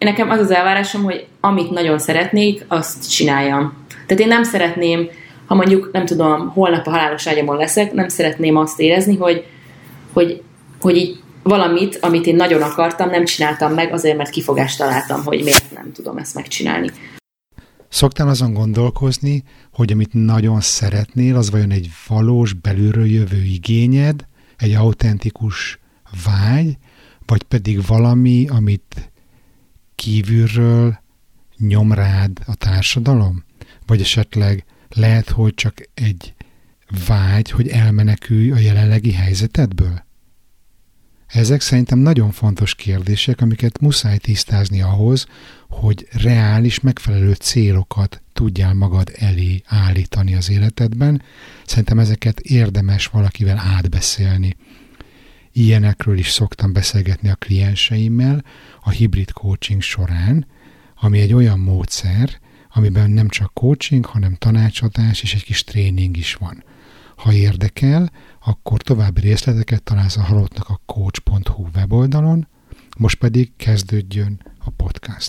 nekem az az elvárásom, hogy amit nagyon szeretnék, azt csináljam. Tehát én nem szeretném, ha mondjuk, nem tudom, holnap a halálos ágyamon leszek, nem szeretném azt érezni, hogy így valamit, amit én nagyon akartam, nem csináltam meg, azért, mert kifogást találtam, hogy miért nem tudom ezt megcsinálni. Szoktál azon gondolkozni, hogy amit nagyon szeretnél, az vajon egy valós, belülről jövő igényed, egy autentikus vágy, vagy pedig valami, amit kívülről nyom rád a társadalom? Vagy esetleg lehet, hogy csak egy vágy, hogy elmenekülj a jelenlegi helyzetedből? Ezek szerintem nagyon fontos kérdések, amiket muszáj tisztázni ahhoz, hogy reális, megfelelő célokat tudjál magad elé állítani az életedben. Szerintem ezeket érdemes valakivel átbeszélni. Ilyenekről is szoktam beszélgetni a klienseimmel a hibrid coaching során, ami egy olyan módszer, amiben nem csak coaching, hanem tanácsadás és egy kis tréning is van. Ha érdekel, akkor további részleteket találsz a Halottnak a coach.hu weboldalon, most pedig kezdődjön a podcast.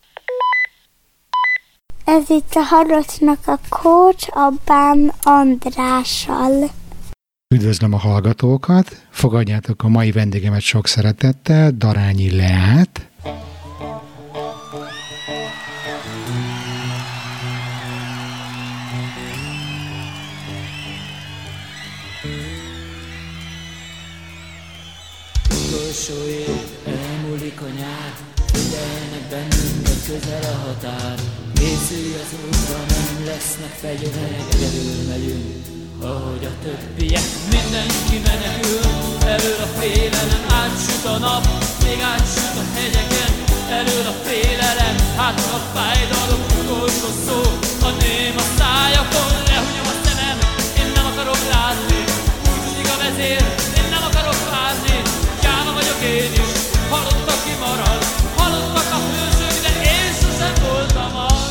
Ez itt a Halottnak a Coach a Bán Andrással. Üdvözlöm a hallgatókat, fogadjátok a mai vendégemet sok szeretettel, Darányi Leát. Utolsó év, elmúlik a nyár, figyeljenek bennünket, közel a határ. Készülj az útra, nem lesznek fegyverek, egyedül megyünk, ahogy a többiek. Mindenki menekül, elől a félelem, átsüt a nap, még átsüt a hegyeken. Elől a félelem, hátra a fájdalom, utolsó szó, a ném a szájakon. Lehúnyom a szemem, én nem akarok látni, úgy húzik a vezér, én nem akarok várni. Gyáma vagyok én is, halottak kimarad, halottak a hősök, de én sosem voltam az.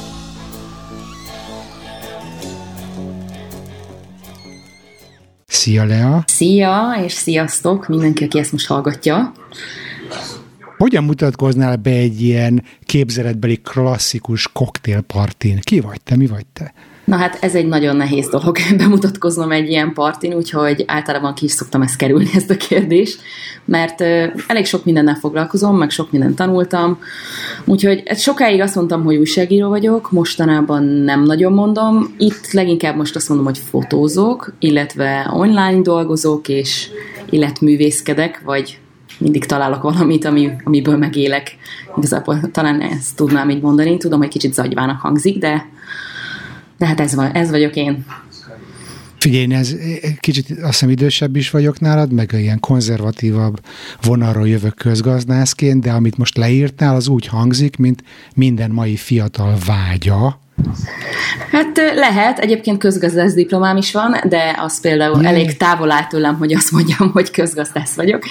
Szia, Lea! Szia, és sziasztok mindenki, aki ezt most hallgatja. Hogyan mutatkoznál be egy ilyen képzeletbeli klasszikus koktélpartin? Ki vagy te, mi vagy te? Na hát ez egy nagyon nehéz dolog bemutatkoznom egy ilyen partin, úgyhogy általában ki is szoktam ezt kerülni, ezt a kérdést, mert elég sok mindennel foglalkozom, meg sok mindent tanultam, úgyhogy sokáig azt mondtam, hogy újságíró vagyok, mostanában nem nagyon mondom, itt leginkább most azt mondom, hogy fotózok, illetve online dolgozok, és életművészkedek, vagy mindig találok valamit, amiből megélek. Igazából talán ezt tudnám így mondani, tudom, hogy kicsit zagyvának hangzik, de hát ez vagyok én. Figyelj, én kicsit azt hiszem idősebb is vagyok nálad, meg ilyen konzervatívabb vonalról jövök közgazdászként, de amit most leírtál, az úgy hangzik, mint minden mai fiatal vágya. Hát lehet, egyébként közgazdász diplomám is van, de az például elég távol áll tőlem, hogy azt mondjam, hogy közgazdász vagyok.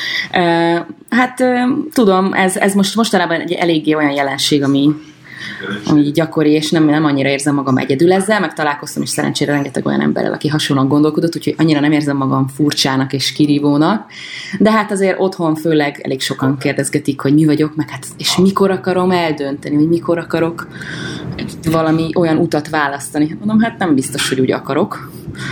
Hát tudom, ez mostanában egy eléggé olyan jelenség, ami gyakori, és nem annyira érzem magam egyedül ezzel, meg találkoztam is szerencsére rengeteg olyan emberrel, aki hasonlóan gondolkodott, úgyhogy annyira nem érzem magam furcsának és kirívónak, de hát azért otthon főleg elég sokan kérdezgetik, hogy mi vagyok, meg hát, és mikor akarom eldönteni, hogy mikor akarok valami olyan utat választani. Mondom, hát nem biztos, hogy úgy akarok.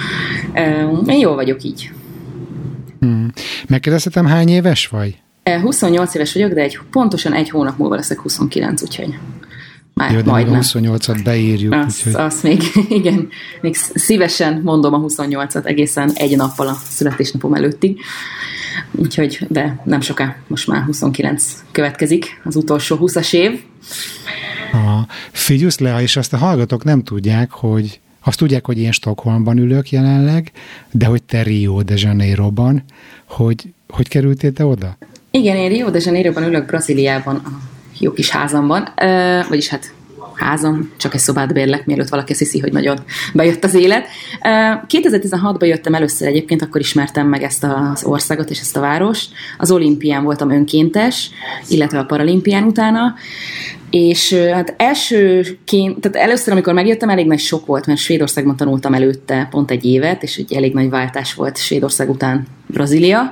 Én jól vagyok így. Megkérdezhetem, hány éves vagy? 28 éves vagyok, de pontosan egy hónap múlva leszek 29, úgyhogy már jó, de majdnem. A 28-at beírjuk. Azt még, igen, még szívesen mondom a 28-at egészen egy nappal a születésnapom előttig. Úgyhogy, de nem soká, most már 29 következik, az utolsó 20-as év. Figyelsz, Lea, és azt a hallgatók nem tudják, hogy azt tudják, hogy én Stockholmban ülök jelenleg, de hogy te Rio de Janeiroban, hogy kerültél te oda? Igen, én Rio de Janeiroban ülök, Brazíliában, a jó kis házamban, vagyis hát házam, csak egy szobát bérlek, mielőtt valaki azt hiszi, hogy nagyon bejött az élet. 2016-ban jöttem először egyébként, akkor ismertem meg ezt az országot és ezt a várost. Az olimpián voltam önkéntes, illetve a paralimpián utána, és hát tehát először, amikor megjöttem, elég nagy sok volt, mert Svédországban tanultam előtte pont egy évet, és egy elég nagy váltás volt Svédország után Brazília.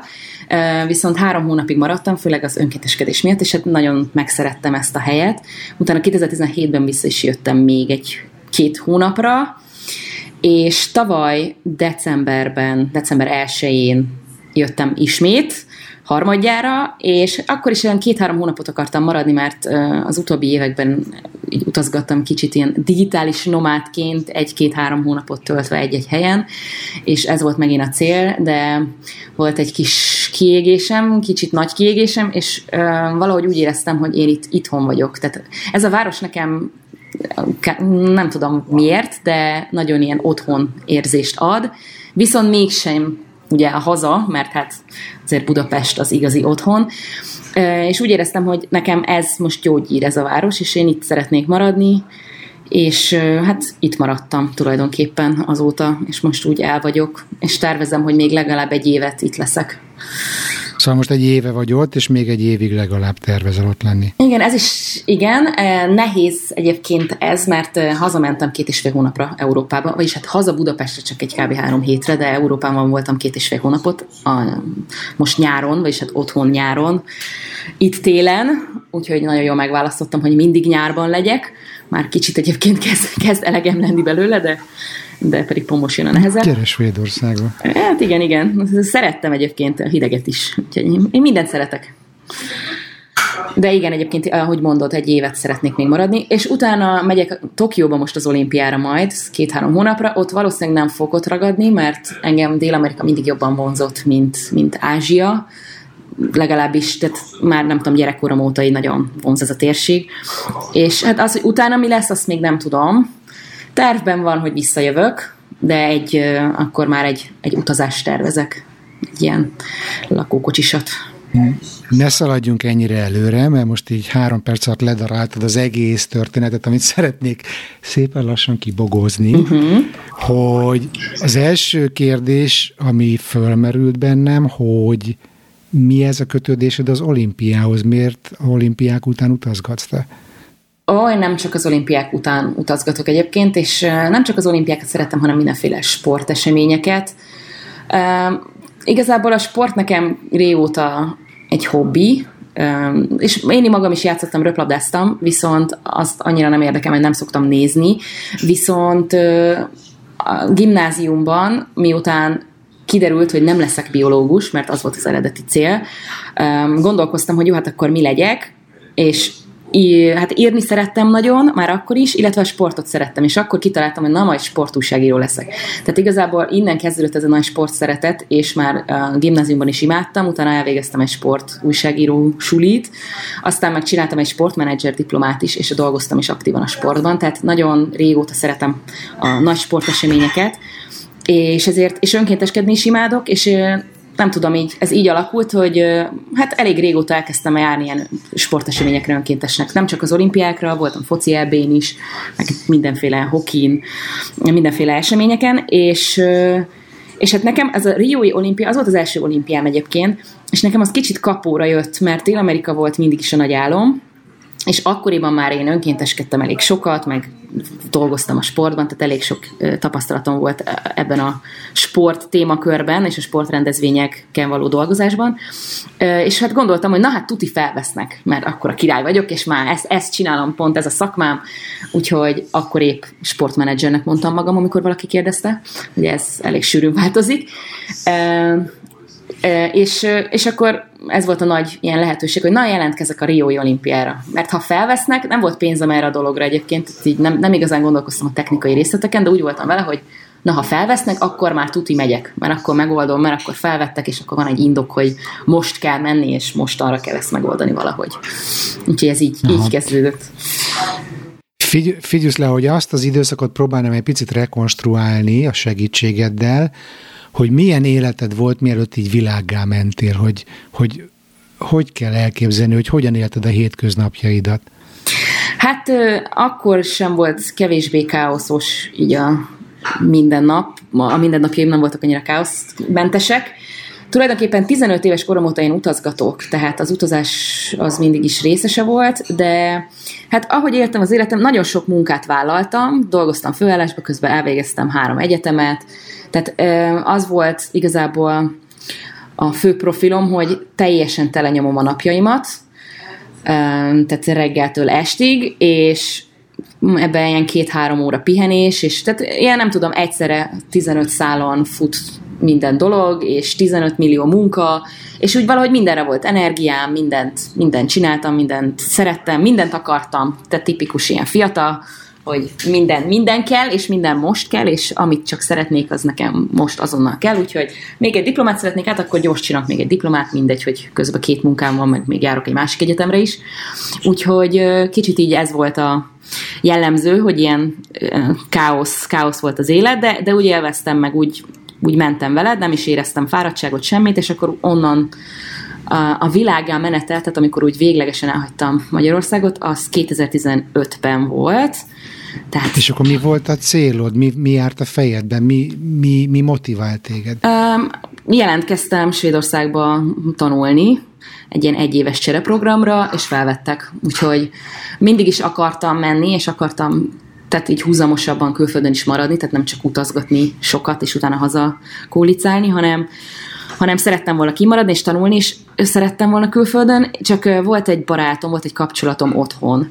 viszont 3 hónapig maradtam, főleg az önkénteskedés miatt, és hát nagyon megszerettem ezt a helyet. Utána 2017-ben vissza is jöttem még 2 hónapra, és tavaly december 1-én jöttem ismét, harmadjára, és akkor is olyan 2-3 hónapot akartam maradni, mert az utóbbi években így utazgattam kicsit ilyen digitális nomádként, 1-2-3 hónapot töltve egy-egy helyen, és ez volt megint a cél, de volt egy kis kiégésem, kicsit nagy kiégésem, és valahogy úgy éreztem, hogy én itthon vagyok. Tehát ez a város nekem nem tudom miért, de nagyon ilyen otthon érzést ad, viszont mégsem ugye a haza, mert hát azért Budapest az igazi otthon, és úgy éreztem, hogy nekem ez most gyógyír ez a város, és én itt szeretnék maradni, és hát itt maradtam tulajdonképpen azóta, és most úgy el vagyok, és tervezem, hogy még legalább 1 évet itt leszek. Szóval most 1 éve vagy ott, és még 1 évig legalább tervezel ott lenni. Igen, ez is igen. Nehéz egyébként ez, mert hazamentem 2,5 hónapra Európába, vagyis hát haza Budapestre csak egy kb. 3 hétre, de Európában voltam 2,5 hónapot, most nyáron, vagyis hát otthon nyáron, itt télen, úgyhogy nagyon jól megválasztottam, hogy mindig nyárban legyek. Már kicsit egyébként kezd elegem lenni belőle, de pedig pont most jön a nehezebb. Gyere Svédországba. Hát igen. Szerettem egyébként a hideget is. Úgyhogy én mindent szeretek. De igen, egyébként, ahogy mondod, 1 évet szeretnék még maradni, és utána megyek Tokióba most az olimpiára majd, 2-3 hónapra, ott valószínűleg nem fogok ott ragadni, mert engem Dél-Amerika mindig jobban vonzott, mint Ázsia, legalábbis, tehát már nem tudom, gyerekkorom óta így nagyon vonz ez a térség, és hát az, hogy utána mi lesz, azt még nem tudom. Tervben van, hogy visszajövök, de akkor már egy utazást tervezek, egy ilyen lakókocsisat. Ne szaladjunk ennyire előre, mert most így 3 perc alatt ledaráltad az egész történetet, amit szeretnék szépen lassan kibogozni, hogy az első kérdés, ami fölmerült bennem, hogy mi ez a kötődésed az olimpiához? Miért olimpiák után utazgatsz te? Én nem csak az olimpiák után utazgatok egyébként, és nem csak az olimpiákat szeretem, hanem mindenféle sporteseményeket. Igazából a sport nekem régóta egy hobbi, és én magam is játszottam, röplabdáztam, viszont azt annyira nem érdekel, hogy nem szoktam nézni, viszont a gimnáziumban, miután kiderült, hogy nem leszek biológus, mert az volt az eredeti cél, gondolkoztam, hogy jó, hát akkor mi legyek, és hát írni szerettem nagyon, már akkor is, illetve a sportot szerettem, és akkor kitaláltam, hogy majd sportújságíró leszek. Tehát igazából innen kezdődött ez a nagy sportszeretet, és már a gimnáziumban is imádtam, utána elvégeztem egy sportújságíró sulit, aztán meg csináltam egy sportmenedzser diplomát is, és dolgoztam is aktívan a sportban, tehát nagyon régóta szeretem a nagy sporteseményeket, és önkénteskedni is imádok, és nem tudom, ez így alakult, hogy hát elég régóta elkezdtem járni ilyen sporteseményekre önkéntesnek. Nem csak az olimpiákra, voltam foci EB-n is, meg mindenféle hokin, mindenféle eseményeken, és hát nekem ez a riói olimpia, az volt az első olimpiám egyébként, és nekem az kicsit kapóra jött, mert Dél-Amerika volt mindig is a nagy álom, és akkoriban már én önkénteskedtem elég sokat, meg dolgoztam a sportban, tehát elég sok tapasztalatom volt ebben a sport témakörben, és a sportrendezvényeken való dolgozásban, és hát gondoltam, hogy na hát tuti felvesznek, mert akkor a király vagyok, és már ezt csinálom, pont ez a szakmám, úgyhogy akkor épp sportmenedzsernek mondtam magam, amikor valaki kérdezte, hogy ez elég sűrűn változik, és akkor ez volt a nagy ilyen lehetőség, hogy jelentkezek a riói olimpiára. Mert ha felvesznek, nem volt pénzem erre a dologra egyébként, így nem igazán gondolkoztam a technikai részleteken, de úgy voltam vele, hogy ha felvesznek, akkor már tuti megyek, mert akkor megoldom, mert akkor felvettek, és akkor van egy indok, hogy most kell menni, és most arra kell ezt megoldani valahogy. Úgyhogy ez így kezdődött. Figyelj le, hogy azt az időszakot próbálnám egy picit rekonstruálni a segítségeddel, hogy milyen életed volt, mielőtt így világgá mentél, hogy kell elképzelni, hogy hogyan élted a hétköznapjaidat? Hát akkor sem volt kevésbé káoszos így a mindennap. A mindennapjaim nem voltak annyira káoszmentesek. Tulajdonképpen 15 éves korom óta én utazgatok, tehát az utazás az mindig is részese volt, de hát ahogy éltem az életem, nagyon sok munkát vállaltam, dolgoztam főállásba, közben elvégeztem 3 egyetemet, tehát az volt igazából a fő profilom, hogy teljesen telenyomom a napjaimat, tehát reggeltől estig, és ebben ilyen 2-3 óra pihenés, és tehát ilyen nem tudom, egyszerre 15 szálon fut minden dolog, és 15 millió munka, és úgy valahogy mindenre volt energiám, mindent csináltam, mindent szerettem, mindent akartam, tehát tipikus ilyen fiatal, hogy minden kell, és minden most kell, és amit csak szeretnék, az nekem most azonnal kell, úgyhogy még egy diplomát szeretnék át, akkor gyors csinálok még egy diplomát, mindegy, hogy közben 2 munkám van, meg még járok egy másik egyetemre is. Úgyhogy kicsit így ez volt a jellemző, hogy ilyen káosz volt az élet, de úgy élveztem, meg úgy mentem veled, nem is éreztem fáradtságot, semmit, és akkor onnan a világgá menetel, tehát amikor úgy véglegesen elhagytam Magyarországot, az 2015-ben volt. Tehát, és akkor mi volt a célod? Mi járt a fejedben? Mi motivált téged? Jelentkeztem Svédországba tanulni, egy ilyen 1 éves csereprogramra, és felvettek. Úgyhogy mindig is akartam menni, és akartam tehát így húzamosabban külföldön is maradni, tehát nem csak utazgatni sokat, és utána haza kólicálni, hanem szerettem volna kimaradni, és tanulni is szerettem volna külföldön, csak volt egy barátom, volt egy kapcsolatom otthon.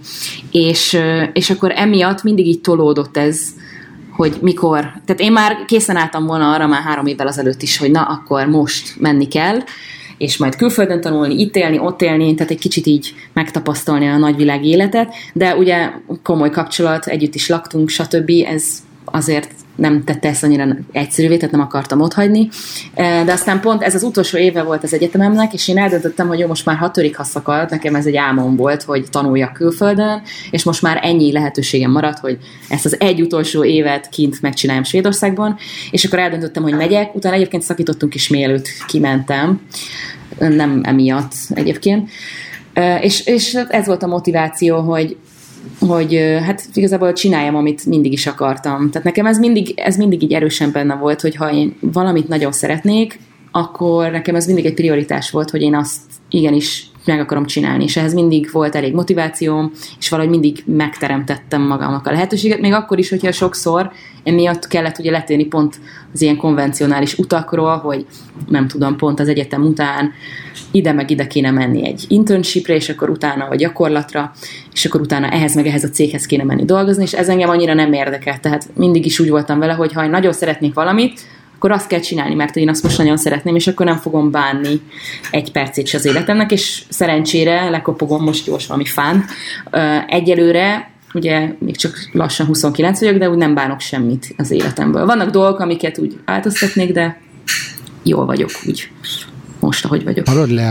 És akkor emiatt mindig így tolódott ez, hogy mikor, tehát én már készen álltam volna arra már 3 évvel azelőtt is, hogy na, akkor most menni kell, és majd külföldön tanulni, itt élni, ott élni, tehát egy kicsit így megtapasztalni a nagyvilági életet, de ugye komoly kapcsolat, együtt is laktunk, stb. Ez azért nem tette ezt annyira egyszerűvé, tehát nem akartam otthagyni. De aztán pont ez az utolsó éve volt az egyetememnek, és én eldöntöttem, hogy jó, most már 6. ha szakad, nekem ez egy álmom volt, hogy tanuljak külföldön, és most már ennyi lehetőségem maradt, hogy ezt az egy utolsó évet kint megcsináljam Svédországban, és akkor eldöntöttem, hogy megyek, utána egyébként szakítottunk is, mielőtt kimentem, nem emiatt egyébként. És ez volt a motiváció, hogy hát igazából csináljam, amit mindig is akartam. Tehát nekem ez mindig így erősen benne volt, hogy ha én valamit nagyon szeretnék, akkor nekem ez mindig egy prioritás volt, hogy én azt igenis meg akarom csinálni, és ehhez mindig volt elég motivációm, és valahogy mindig megteremtettem magamnak a lehetőséget, még akkor is, hogyha sokszor emiatt kellett ugye letérni pont az ilyen konvencionális utakról, hogy nem tudom, pont az egyetem után ide meg ide kéne menni egy internshipre, és akkor utána a gyakorlatra, és akkor utána ehhez a céghez kéne menni dolgozni, és ez engem annyira nem érdekel. Tehát mindig is úgy voltam vele, hogy ha én nagyon szeretnék valamit, akkor azt kell csinálni, mert én azt most nagyon szeretném, és akkor nem fogom bánni egy percét se az életemnek, és szerencsére lekopogom most gyors valami fán. Egyelőre, ugye még csak lassan 29 vagyok, de úgy nem bánok semmit az életemből. Vannak dolgok, amiket úgy változtatnék, de jól vagyok úgy most, ahogy vagyok. Hallod le,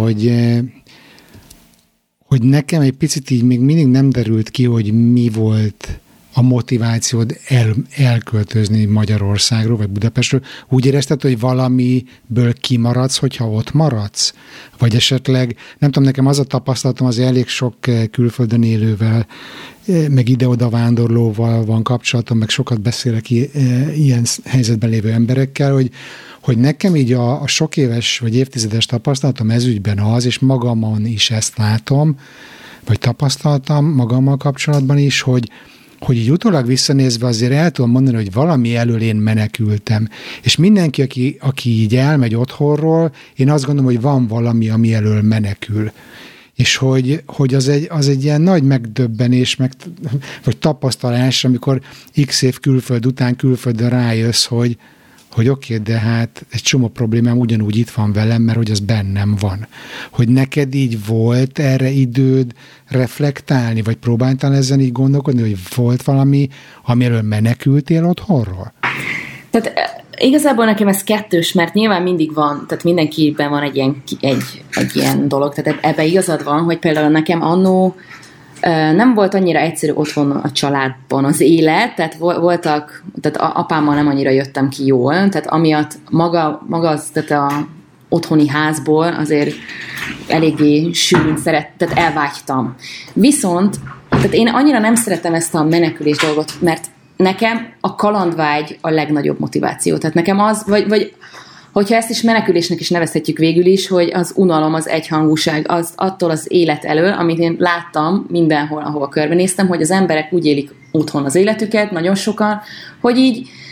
hogy nekem egy picit így még mindig nem derült ki, hogy mi volt a motivációd elköltözni Magyarországról, vagy Budapestről. Úgy érezted, hogy valamiből kimaradsz, hogyha ott maradsz? Vagy esetleg, nem tudom, nekem az a tapasztalatom, az elég sok külföldön élővel, meg ide-oda vándorlóval van kapcsolatom, meg sokat beszélek ilyen helyzetben lévő emberekkel, hogy nekem így a sok éves vagy évtizedes tapasztalatom ezügyben az, és magamon is ezt látom, vagy tapasztaltam magammal kapcsolatban is, hogy így utólag visszanézve azért el tudom mondani, hogy valami elől én menekültem. És mindenki, aki így elmegy otthonról, én azt gondolom, hogy van valami, ami elől menekül. És hogy az egy ilyen nagy megdöbbenés, vagy tapasztalás, amikor x év külföld után külföldön rájössz, hogy oké, de hát egy csomó problémám ugyanúgy itt van velem, mert hogy az bennem van. Hogy neked így volt erre időd reflektálni, vagy próbáltál ezen így gondolkodni, hogy volt valami, amiről menekültél otthonról? Tehát igazából nekem ez kettős, mert nyilván mindig van, tehát mindenkiben van egy ilyen dolog, tehát ebben igazad van, hogy például nekem annó nem volt annyira egyszerű otthon a családban az élet, tehát voltak, tehát apámmal nem annyira jöttem ki jól, tehát amiatt maga az, tehát a otthoni házból azért eléggé sűrűn tehát elvágytam. Viszont, tehát én annyira nem szeretem ezt a menekülés dolgot, mert nekem a kalandvágy a legnagyobb motiváció. Tehát nekem az, vagy hogyha ezt is menekülésnek is nevezhetjük végül is, hogy az unalom, az egyhangúság, az attól az élet elől, amit én láttam mindenhol, ahova körbenéztem, hogy az emberek úgy élik otthon az életüket, nagyon sokan, hogy így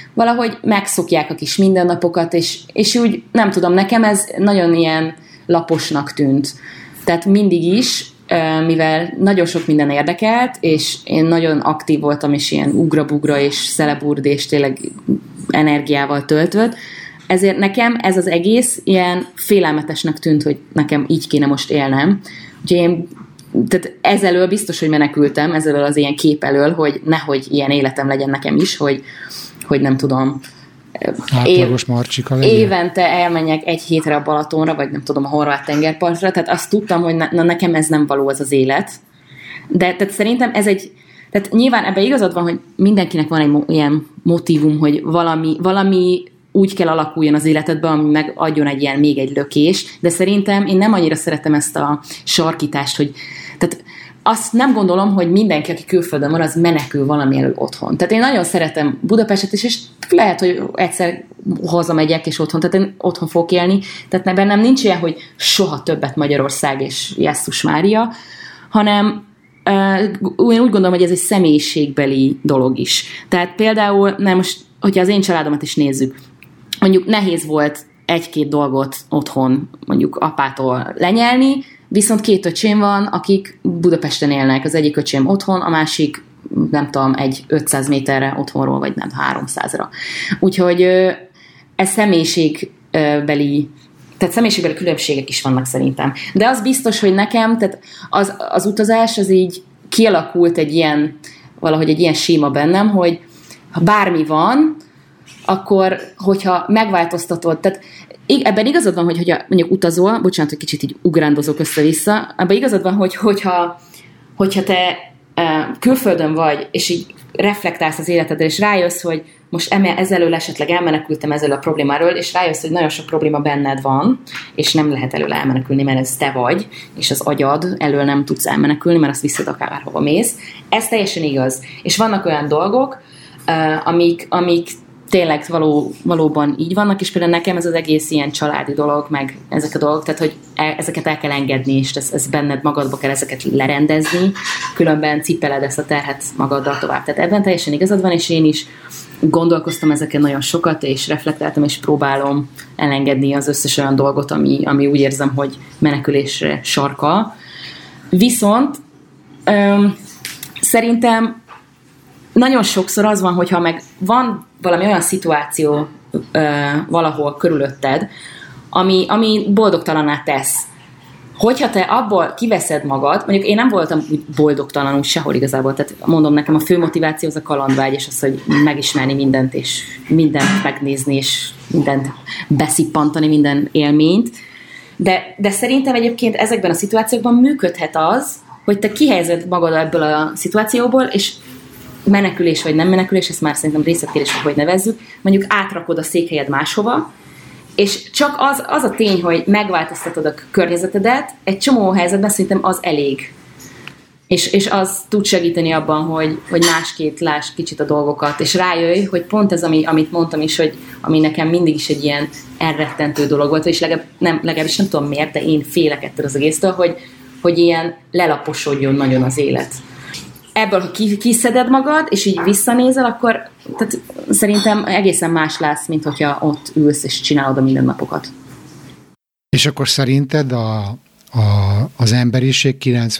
valahogy megszokják a kis mindennapokat, és úgy nem tudom, nekem ez nagyon ilyen laposnak tűnt. Tehát mindig is, mivel nagyon sok minden érdekelt, és én nagyon aktív voltam, és ilyen ugra-bugra, és szeleburd, és tényleg energiával töltött, ezért nekem ez az egész ilyen félelmetesnek tűnt, hogy nekem így kéne most élnem. Úgyhogy én tehát ezelől biztos, hogy menekültem, ezelől az ilyen kép elől, hogy nehogy ilyen életem legyen nekem is, hogy nem tudom, átlagos marcsika legyen. Évente elmenjek egy hétre a Balatonra, vagy nem tudom, a horvát tengerpartra, tehát azt tudtam, hogy nekem ez nem való az élet. De tehát szerintem ez tehát nyilván ebben igazad van, hogy mindenkinek van egy ilyen motívum, hogy valami úgy kell alakuljon az életedben, ami megadjon még egy lökést, de szerintem én nem annyira szeretem ezt a sarkítást, hogy tehát azt nem gondolom, hogy mindenki, aki külföldön van, az menekül valami elől otthon. Tehát én nagyon szeretem Budapestet is, és lehet, hogy egyszer hazamegyek, és otthon, tehát én otthon fogok élni, tehát bennem nincs ilyen, hogy soha többet Magyarország és Jesszus Mária, hanem én úgy gondolom, hogy ez egy személyiségbeli dolog is. Tehát például, most, hogyha az én családomat is nézzük, mondjuk nehéz volt egy-két dolgot otthon mondjuk apától lenyelni, viszont 2 öcsém van, akik Budapesten élnek. Az egyik öcsém otthon, a másik, nem tudom, 500 méterre otthonról, vagy nem 300-ra. Úgyhogy ez személyiségbeli különbségek is vannak szerintem. De az biztos, hogy nekem, tehát az utazás az így kialakult valahogy egy ilyen séma bennem, hogy ha bármi van, akkor, hogyha megváltoztatod, tehát ebben igazad van, hogy mondjuk utazol, bocsánat, hogy kicsit így ugrándozok össze-vissza, ebben igazad van, hogyha te külföldön vagy, és így reflektálsz az életedre, és rájössz, hogy most ezelől esetleg elmenekültem ezzel a problémáról, és rájössz, hogy nagyon sok probléma benned van, és nem lehet előle elmenekülni, mert ez te vagy, és az agyad elől nem tudsz elmenekülni, mert azt viszed akárhova mész. Ez teljesen igaz. És vannak olyan dolgok, amik tényleg valóban így vannak, és például nekem ez az egész ilyen családi dolog, meg ezek a dolgok, tehát hogy ezeket el kell engedni, és ez benned magadba kell ezeket lerendezni, különben cipeled ezt a terhet magaddal tovább. Tehát ebben teljesen igazad van, és én is gondolkoztam ezeken nagyon sokat, és reflektáltam, és próbálom elengedni az összes olyan dolgot, ami úgy érzem, hogy menekülésre sarkal. Viszont szerintem nagyon sokszor az van, hogyha meg van valami olyan szituáció valahol körülötted, ami boldogtalanná tesz. Hogyha te abból kiveszed magad, mondjuk én nem voltam úgy boldogtalanul sehol igazából, tehát mondom, nekem a fő motiváció az a kalandvágy, és az, hogy megismerni mindent, és mindent megnézni, és mindent beszippantani, minden élményt. De szerintem egyébként ezekben a szituációkban működhet az, hogy te kihelyezed magad ebből a szituációból, és menekülés vagy nem menekülés, ezt már szerintem részletkérdés, hogy nevezzük, mondjuk átrakod a székhelyed máshova, és csak az a tény, hogy megváltoztatod a környezetedet, egy csomó helyzetben szerintem az elég. És az tud segíteni abban, hogy másképp láss kicsit a dolgokat, és rájöjj, hogy pont ez, amit mondtam is, hogy ami nekem mindig is egy ilyen elrettentő dolog volt, és legalábbis nem tudom miért, de én félek ettől az egésztől, hogy ilyen lelaposodjon nagyon az élet. Ebből, ha kiszeded magad, és így visszanézel, akkor tehát szerintem egészen más lesz, mint hogyha ott ülsz, és csinálod a mindennapokat. És akkor szerinted az emberiség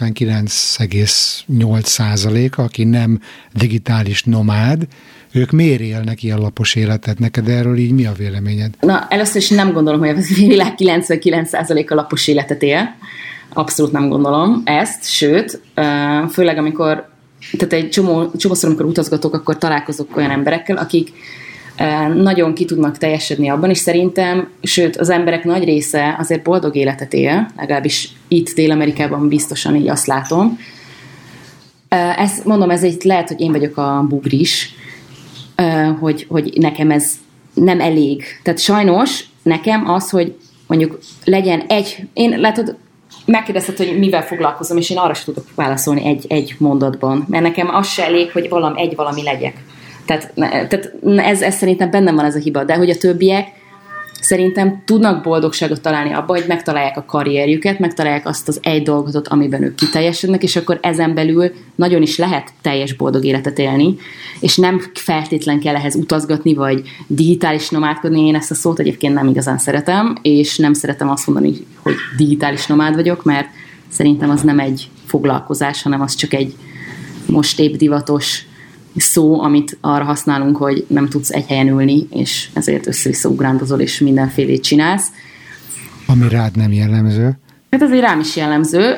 99,8%-a, aki nem digitális nomád, ők miért élnek ilyen lapos életet? Neked erről így mi a véleményed? Na, először is nem gondolom, hogy a világ 99%-a lapos életet él. Abszolút nem gondolom ezt, sőt, főleg amikor tehát egy csomószor, amikor utazgatok, akkor találkozok olyan emberekkel, akik nagyon ki tudnak teljesedni abban, és szerintem, sőt, az emberek nagy része azért boldog életet él, legalábbis itt Dél-Amerikában biztosan így azt látom. Ezt mondom, lehet, hogy én vagyok a bugris, hogy nekem ez nem elég. Tehát sajnos nekem az, hogy mondjuk legyen én látod, megkérdezted, hogy mivel foglalkozom, és én arra sem tudok válaszolni egy mondatban, mert nekem az se elég, hogy valami legyek. Tehát ez szerintem bennem van ez a hiba, de hogy a többiek szerintem tudnak boldogságot találni abba, hogy megtalálják a karrierjüket, megtalálják azt az egy dolgot, amiben ők kiteljesednek, és akkor ezen belül nagyon is lehet teljes boldog életet élni, és nem feltétlen kell ehhez utazgatni, vagy digitális nomádkodni. Én ezt a szót egyébként nem igazán szeretem, és nem szeretem azt mondani, hogy digitális nomád vagyok, mert szerintem az nem egy foglalkozás, hanem az csak egy most épp divatos szó, amit arra használunk, hogy nem tudsz egy helyen ülni, és ezért össze-vissza ugrándozol, és mindenfélét csinálsz. Ami rád nem jellemző. Hát azért rám is jellemző,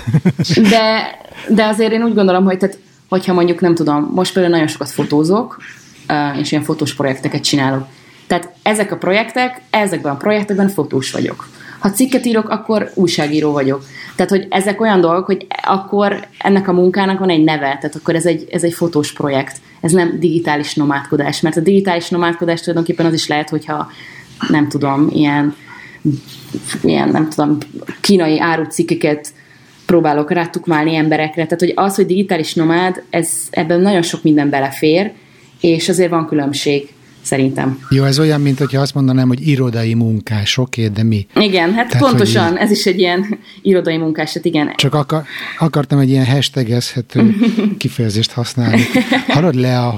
de azért én úgy gondolom, hogy tehát, hogyha mondjuk nem tudom, most például nagyon sokat fotózok, és ilyen fotós projekteket csinálok. Tehát ezek a projektek, ezekben a projektekben fotós vagyok. Ha cikket írok, akkor újságíró vagyok. Tehát, hogy ezek olyan dolgok, hogy akkor ennek a munkának van egy neve, tehát akkor ez egy fotós projekt. Ez nem digitális nomádkodás, mert a digitális nomádkodás tulajdonképpen az is lehet, hogyha nem tudom, ilyen nem tudom, kínai árucikkeket próbálok rátukmálni emberekre. Tehát, hogy az, hogy digitális nomád, ebben nagyon sok minden belefér, és azért van különbség. Szerintem. Jó, ez olyan, mint hogyha azt mondanám, hogy irodai munkás, oké, de mi? Igen, hát tehát, pontosan, ez is egy ilyen irodai munkás, hát igen. Csak akartam egy ilyen hashtagezhető kifejezést használni. Hallod, Lea,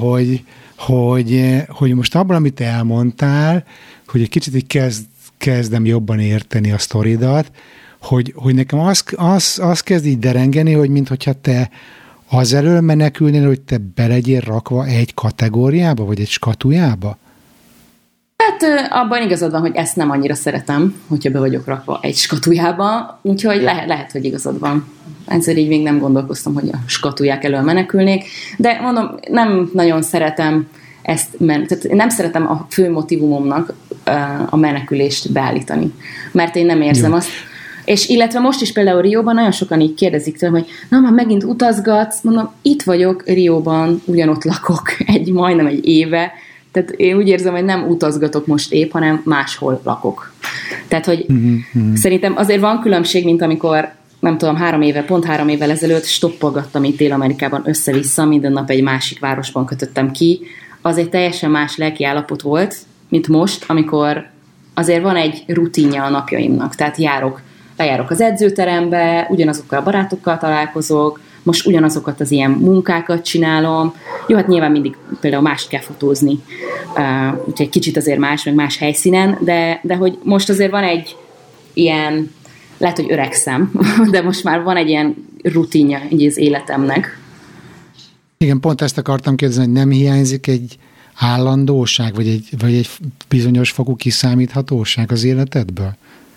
hogy most abban, amit elmondtál, hogy egy kicsit így kezdem jobban érteni a sztoridat, hogy nekem az kezd így derengeni, hogy minthogyha te azelől menekülnél, hogy te be legyél rakva egy kategóriába, vagy egy skatujába? Hát abban igazad van, hogy ezt nem annyira szeretem, hogyha be vagyok rakva egy skatujába, úgyhogy lehet, hogy igazad van. Egyszer így még nem gondolkoztam, hogy a skatuják elől menekülnék, de mondom, nem nagyon szeretem ezt, tehát nem szeretem a fő motivumomnak a menekülést beállítani, mert én nem érzem azt. És illetve most is például Rióban nagyon sokan így kérdezik tőlem, hogy na, már megint utazgatsz, mondom, itt vagyok Rióban, ugyanott lakok majdnem egy éve, tehát én úgy érzem, hogy nem utazgatok most épp, hanem máshol lakok. Tehát, hogy szerintem azért van különbség, mint amikor, nem tudom, pont 3 évvel ezelőtt stoppolgattam itt Dél-Amerikában össze-vissza, minden nap egy másik városban kötöttem ki, az egy teljesen más lelki állapot volt, mint most, amikor azért van egy rutinja a napjaimnak, tehát bejárok az edzőterembe, ugyanazokkal a barátokkal találkozok, most ugyanazokat az ilyen munkákat csinálom. Jó, hát nyilván mindig például mást kell fotózni, úgyhogy kicsit azért meg más helyszínen, de hogy most azért van egy ilyen, lehet, hogy öregszem, de most már van egy ilyen rutinja így az életemnek. Igen, pont ezt akartam kérdezni, hogy nem hiányzik egy állandóság, vagy egy bizonyos fokú kiszámíthatóság az életedből?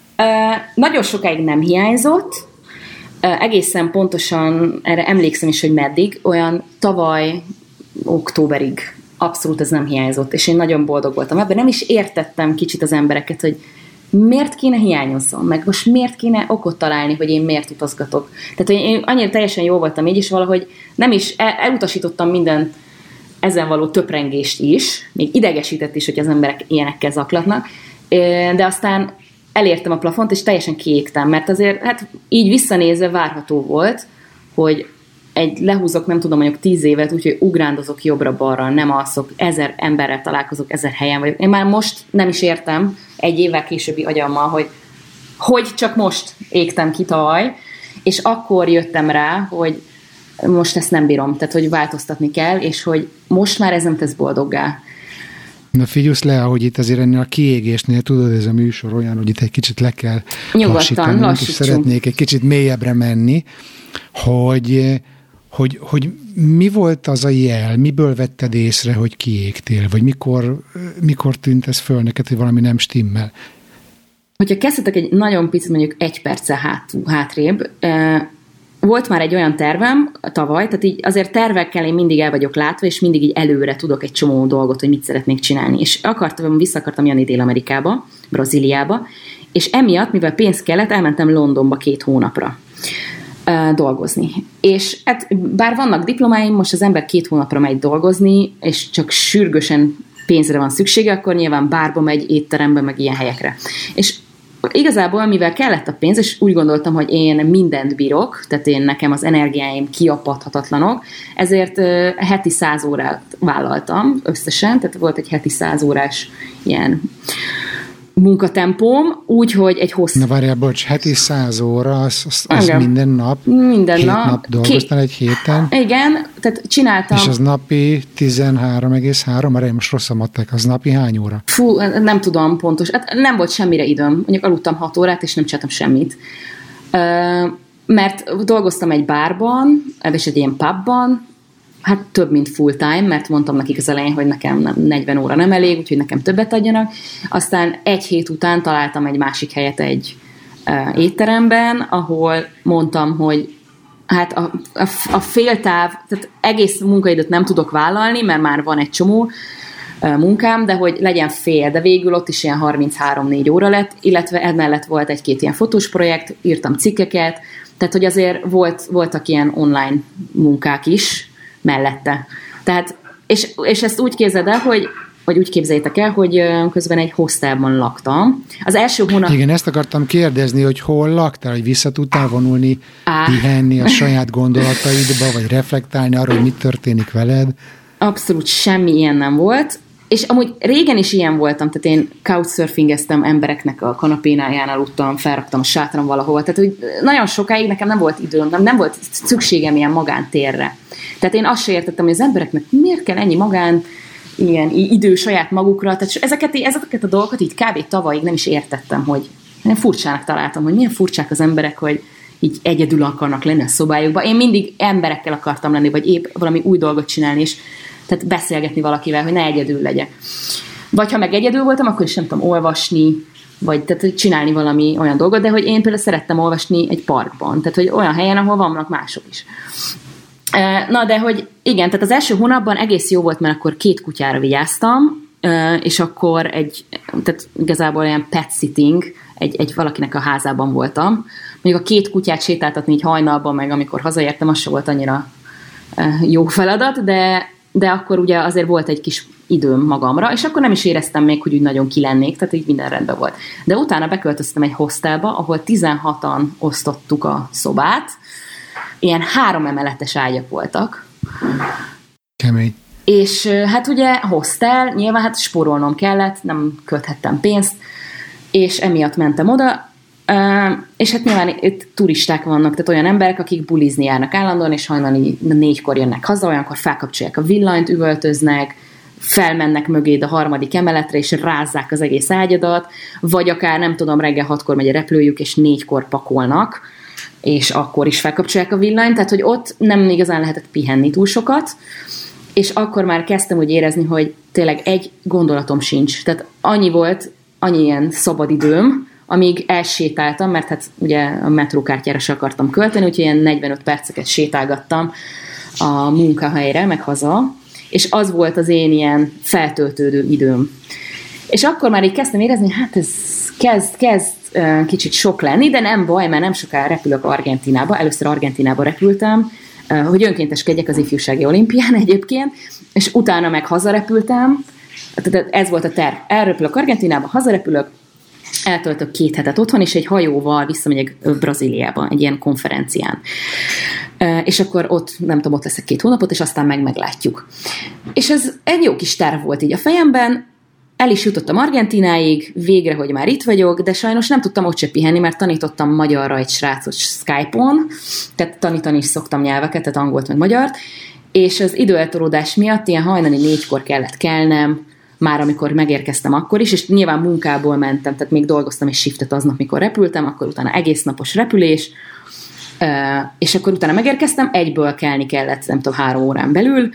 Nagyon sokáig nem hiányzott, egészen pontosan erre emlékszem is, hogy meddig, olyan tavaly októberig abszolút ez nem hiányzott, és én nagyon boldog voltam ebben. Nem is értettem kicsit az embereket, hogy miért kéne hiányozzon, meg most miért kéne okot találni, hogy én miért utazgatok. Tehát, hogy én annyira teljesen jó voltam így, és valahogy nem is, elutasítottam minden ezen való töprengést is, még idegesített is, hogy az emberek ilyenekkel zaklatnak, de aztán elértem a plafont, és teljesen kiégtem, mert azért hát így visszanézve várható volt, hogy lehúzok, nem tudom, mondjuk 10 évet, úgyhogy ugrándozok jobbra-balra, nem alszok, 1000 emberrel találkozok, 1000 helyen vagyok. Én már most nem is értem, 1 évvel későbbi agyammal, hogy csak most égtem ki tavaly, és akkor jöttem rá, hogy most ezt nem bírom, tehát hogy változtatni kell, és hogy most már ez nem tesz boldoggá. Na figyelsz le, hogy itt azért ennél a kiégésnél, tudod, ez a műsor olyan, hogy itt egy kicsit le kell lassítanunk, és szeretnék egy kicsit mélyebbre menni, hogy mi volt az a jel, miből vetted észre, hogy kiégtél, vagy mikor tűnt ez föl neked, hogy valami nem stimmel? Hogyha kezdhetek egy nagyon picit, mondjuk 1 perccel hátrébb, volt már egy olyan tervem tavaly, tehát így azért tervekkel én mindig el vagyok látva, és mindig így előre tudok egy csomó dolgot, hogy mit szeretnék csinálni. És vissza akartam jönni Dél-Amerikába, Brazíliába, és emiatt, mivel pénz kellett, elmentem Londonba 2 hónapra dolgozni. És hát, bár vannak diplomáim, most az ember 2 hónapra megy dolgozni, és csak sürgősen pénzre van szüksége, akkor nyilván bárba megy, étterembe, meg ilyen helyekre. És igazából, mivel kellett a pénz, és úgy gondoltam, hogy én mindent bírok, tehát nekem az energiáim kiapadhatatlanok, ezért heti 100 órát vállaltam összesen, tehát volt egy heti 100 órás ilyen munkatempóm, úgyhogy egy hosszú... Na várjál, bocs, heti 100 óra, az minden nap? Minden Két nap. nap dolgoztál egy héten? Igen, tehát csináltam... És az napi 13,3, mert én most rossz a matek, az napi hány óra? Fú, nem tudom pontos. Hát nem volt semmire időm. Mondjuk aludtam 6 órát, és nem csináltam semmit. Mert dolgoztam egy bárban, és egy ilyen pubban, hát több, mint full time, mert mondtam nekik az elején, hogy nekem 40 óra nem elég, úgyhogy nekem többet adjanak. Aztán egy hét után találtam egy másik helyet egy étteremben, ahol mondtam, hogy hát a féltáv, tehát egész munkaidőt nem tudok vállalni, mert már van egy csomó munkám, de hogy legyen fél, de végül ott is ilyen 33-4 óra lett, illetve emellett volt egy-két ilyen fotós projekt, írtam cikkeket, tehát hogy azért voltak ilyen online munkák is mellette. Tehát, és ezt úgy képzeld el, vagy úgy képzeljétek el, hogy közben egy hostelban laktam. Az első hónap... Igen, ezt akartam kérdezni, hogy hol laktál, hogy vissza tudtál vonulni, pihenni a saját gondolataidba, vagy reflektálni arra, hogy mit történik veled? Abszolút semmi ilyen nem volt, és amúgy régen is ilyen voltam, tehát én couchsurfingeztem, embereknek a kanapénáján aludtam, felraktam a sátram valahol, tehát hogy nagyon sokáig nekem nem volt időm, nem volt szükségem ilyen magántérre. Tehát én azt se értettem, hogy az embereknek miért kell ennyi ilyen idő saját magukra, tehát ezeket a dolgokat így kb. Tavalyig nem is értettem, hogy én furcsának találtam, hogy milyen furcsák az emberek, hogy így egyedül akarnak lenni a szobájukban. Én mindig emberekkel akartam lenni, vagy épp valami új dolgot csinálni, és tehát beszélgetni valakivel, hogy ne egyedül legyek. Vagy ha meg egyedül voltam, akkor is nem tudom olvasni, vagy tehát csinálni valami olyan dolgot, de hogy én például szerettem olvasni egy parkban, tehát hogy olyan helyen, ahol vannak mások is. Na, de hogy igen, tehát az első hónapban egész jó volt, mert akkor 2 kutyára vigyáztam, és akkor tehát igazából olyan pet sitting, egy valakinek a házában voltam. Mondjuk a 2 kutyát sétáltatni így hajnalban, meg amikor hazaértem, az se volt annyira jó feladat, de akkor ugye azért volt egy kis időm magamra, és akkor nem is éreztem még, hogy úgy nagyon kilennék, tehát így minden rendben volt. De utána beköltöztem egy hostelba, ahol 16-an osztottuk a szobát, ilyen 3 emeletes ágyak voltak. Kemény. És hát ugye hostel, nyilván hát spórolnom kellett, nem költhettem pénzt, és emiatt mentem oda, és hát nyilván itt turisták vannak, tehát olyan emberek, akik bulizni járnak állandóan, és hajnali 4-kor jönnek haza, olyankor felkapcsolják a villanyt, üvöltöznek, felmennek mögéd a 3. emeletre, és rázzák az egész ágyadat, vagy akár nem tudom, reggel 6-kor megy a repülőjük, és 4-kor pakolnak, és akkor is felkapcsolják a villanyt, tehát hogy ott nem igazán lehetett pihenni túl sokat, és akkor már kezdtem úgy érezni, hogy tényleg egy gondolatom sincs. Tehát annyi ilyen szabadidőm, amíg elsétáltam, mert hát ugye a metrókártyára se akartam költeni, úgyhogy ilyen 45 perceket sétálgattam a munkahelyre, meg haza, és az volt az én ilyen feltöltődő időm. És akkor már így kezdtem érezni, hát ez kezd kicsit sok lenni, de nem baj, mert nem sokára repülök Argentínába. Először Argentínába repültem, hogy önkénteskedjek az ifjúsági olimpián egyébként, és utána meg hazarepültem. Tehát ez volt a terv. Elrepülök Argentínába, hazarepülök, eltöltök 2 hetet otthon, és egy hajóval visszamegyek Brazíliába, egy ilyen konferencián. És akkor ott, nem tudom, ott leszek 2 hónapot, és aztán meglátjuk. És ez egy jó kis terv volt így a fejemben, el is jutottam Argentínáig, végre, hogy már itt vagyok, de sajnos nem tudtam ott se pihenni, mert tanítottam magyarra egy srácot Skype-on, tehát tanítani is szoktam nyelveket, tehát angolt meg magyart, és az időeltolódás miatt ilyen hajnali 4-kor kellett kelnem, már amikor megérkeztem akkor is, és nyilván munkából mentem, tehát még dolgoztam egy shiftet aznap, mikor repültem, akkor utána egész napos repülés, és akkor utána megérkeztem, egyből kelni kellett, nem tudom, 3 órán belül,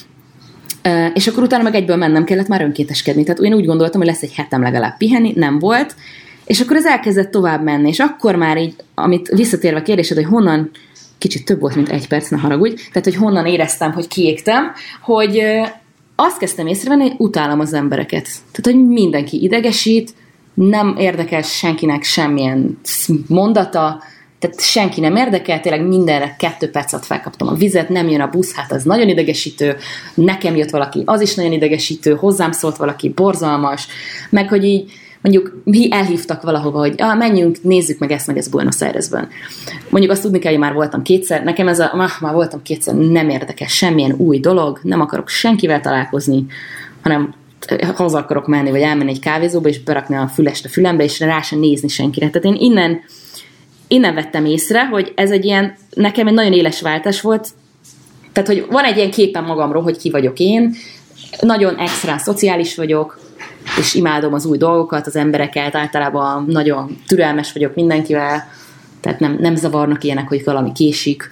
és akkor utána meg egyből mennem kellett már önkénteskedni. Tehát én úgy gondoltam, hogy lesz egy hetem legalább pihenni, nem volt, és akkor ez elkezdett tovább menni, és akkor már így, amit visszatérve a kérdésed, hogy honnan, kicsit több volt, mint 1 perc, ne haragudj, tehát hogy honnan éreztem, hogy kiégtem, hogy azt kezdtem észrevenni, hogy utálom az embereket. Tehát, hogy mindenki idegesít, nem érdekel senkinek semmilyen mondata, tehát senki nem érdekel, tényleg mindenre 2 percet felkaptam a vizet, nem jön a busz, hát az nagyon idegesítő, nekem jött valaki, az is nagyon idegesítő, hozzám szólt valaki, borzalmas, meg hogy így mondjuk mi elhívtak valahova, hogy menjünk, nézzük meg ezt Buenos Airesben. Mondjuk azt tudni kell, hogy már voltam 2-szer, nekem már voltam 2-szer, nem érdekes semmilyen új dolog, nem akarok senkivel találkozni, hanem haza akarok menni, vagy elmenni egy kávézóba, és berakni a fülest a fülembe, és rá sem nézni senkire. Tehát én innen vettem észre, hogy ez egy ilyen, nekem egy nagyon éles váltás volt, tehát, hogy van egy ilyen képen magamról, hogy ki vagyok én, nagyon extra szociális vagyok, és imádom az új dolgokat, az embereket, általában nagyon türelmes vagyok mindenkivel, tehát nem zavarnak ilyenek, hogy valami késik,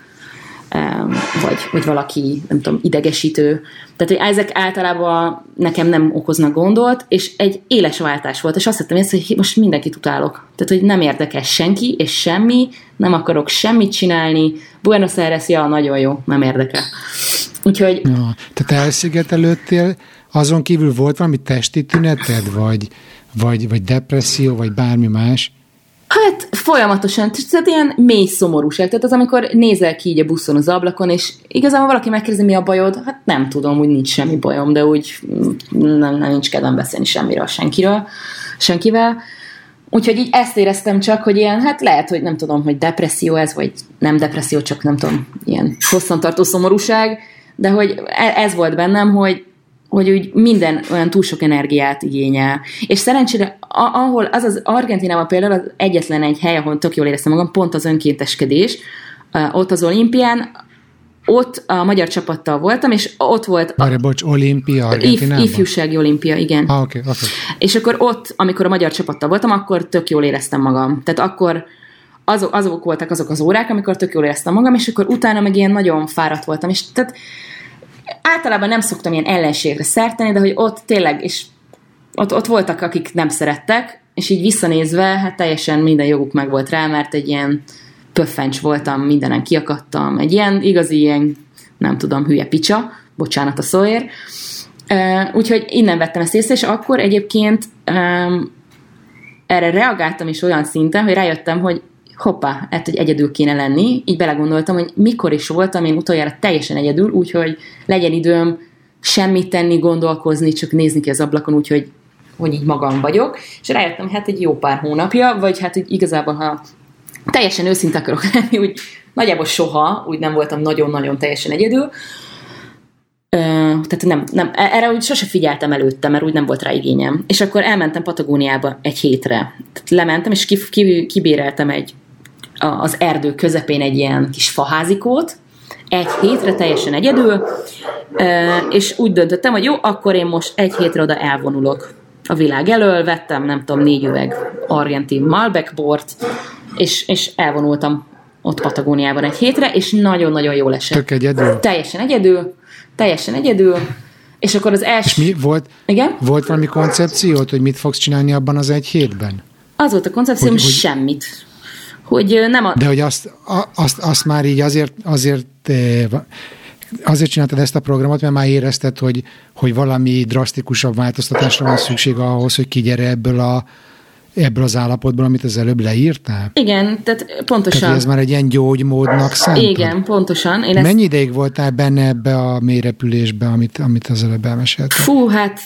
vagy valaki, nem tudom, idegesítő. Tehát, hogy ezek általában nekem nem okoznak gondot, és egy éles váltás volt, és azt hittem észre, hogy most mindenkit utálok. Tehát, hogy nem érdekel senki, és semmi, nem akarok semmit csinálni, Buenos Aires, nagyon jó, nem érdekel. Úgyhogy... Ja, tehát elszigetelődtél, azon kívül volt valami testi tüneted, vagy depresszió, vagy bármi más? Hát folyamatosan, tehát ilyen mély szomorúság. Tehát az, amikor nézel ki így a buszon az ablakon, és igazából valaki megkérdezi, mi a bajod, hát nem tudom, úgy nincs semmi bajom, de úgy nem nincs kedvem beszélni semmiről, senkivel. Úgyhogy így ezt éreztem csak, hogy ilyen, hát lehet, hogy nem tudom, hogy depresszió ez, vagy nem depresszió, csak nem tudom, ilyen hosszantartó szomorúság, de hogy ez volt bennem, hogy úgy minden olyan túl sok energiát igényel. És szerencsére, ahol az Argentínában például az egyetlen egy hely, ahol tök jól éreztem magam, pont az önkénteskedés, ott az olimpián, ott a magyar csapattal voltam, és ott volt... Olimpia Argentinában? Ifjúsági olimpia, igen. Okay. És akkor ott, amikor a magyar csapattal voltam, akkor tök jól éreztem magam. Tehát akkor azok voltak azok az órák, amikor tök jól éreztem magam, és akkor utána meg ilyen nagyon fáradt voltam. És tehát általában nem szoktam ilyen ellenségre szert tenni, de hogy ott tényleg, és ott voltak, akik nem szerettek, és így visszanézve, hát teljesen minden joguk meg volt rá, mert egy ilyen pöffencs voltam, mindenen kiakadtam, egy ilyen igazi, ilyen, nem tudom, hülye picsa, bocsánat a szóért. Úgyhogy innen vettem ezt észre, és akkor egyébként erre reagáltam is olyan szinten, hogy rájöttem, hogy hoppá, hogy egyedül kéne lenni, így belegondoltam, hogy mikor is voltam én utoljára teljesen egyedül, úgyhogy legyen időm semmit tenni, gondolkozni, csak nézni ki az ablakon, úgyhogy így magam vagyok, és rájöttem, hát egy jó pár hónapja, vagy hát úgy igazából, ha teljesen őszinte akarok lenni, úgy nagyjából soha, úgy nem voltam nagyon-nagyon teljesen egyedül, tehát nem, erre úgy sose figyeltem előtte, mert úgy nem volt rá igényem. És akkor elmentem Patagóniába egy hétre. Tehát lementem, és kibéreltem az erdő közepén egy ilyen kis faházikót, egy hétre teljesen egyedül, és úgy döntöttem, hogy jó, akkor én most egy hétre oda elvonulok a világ elől, vettem, nem tudom, 4 üveg argentin Malbec bort, és elvonultam ott Patagóniában egy hétre, és nagyon-nagyon jól esett. Tök egyedül? Teljesen egyedül, és akkor az első... És mi volt? Igen? Volt valami koncepciót, hogy mit fogsz csinálni abban az egy hétben? Az volt a koncepcióm, hogy semmit. Hogy nem De hogy azt már így azért csináltad ezt a programot, mert már érezted, hogy valami drasztikusabb változtatásra van szükség ahhoz, hogy kigyere ebből az állapotból, amit az előbb leírtál? Igen, tehát pontosan. Tehát ez már egy ilyen gyógymódnak szántad? Igen, pontosan. Mennyi ideig voltál benne ebbe a mélyrepülésbe, amit az előbb elmeséltem? Fú, hát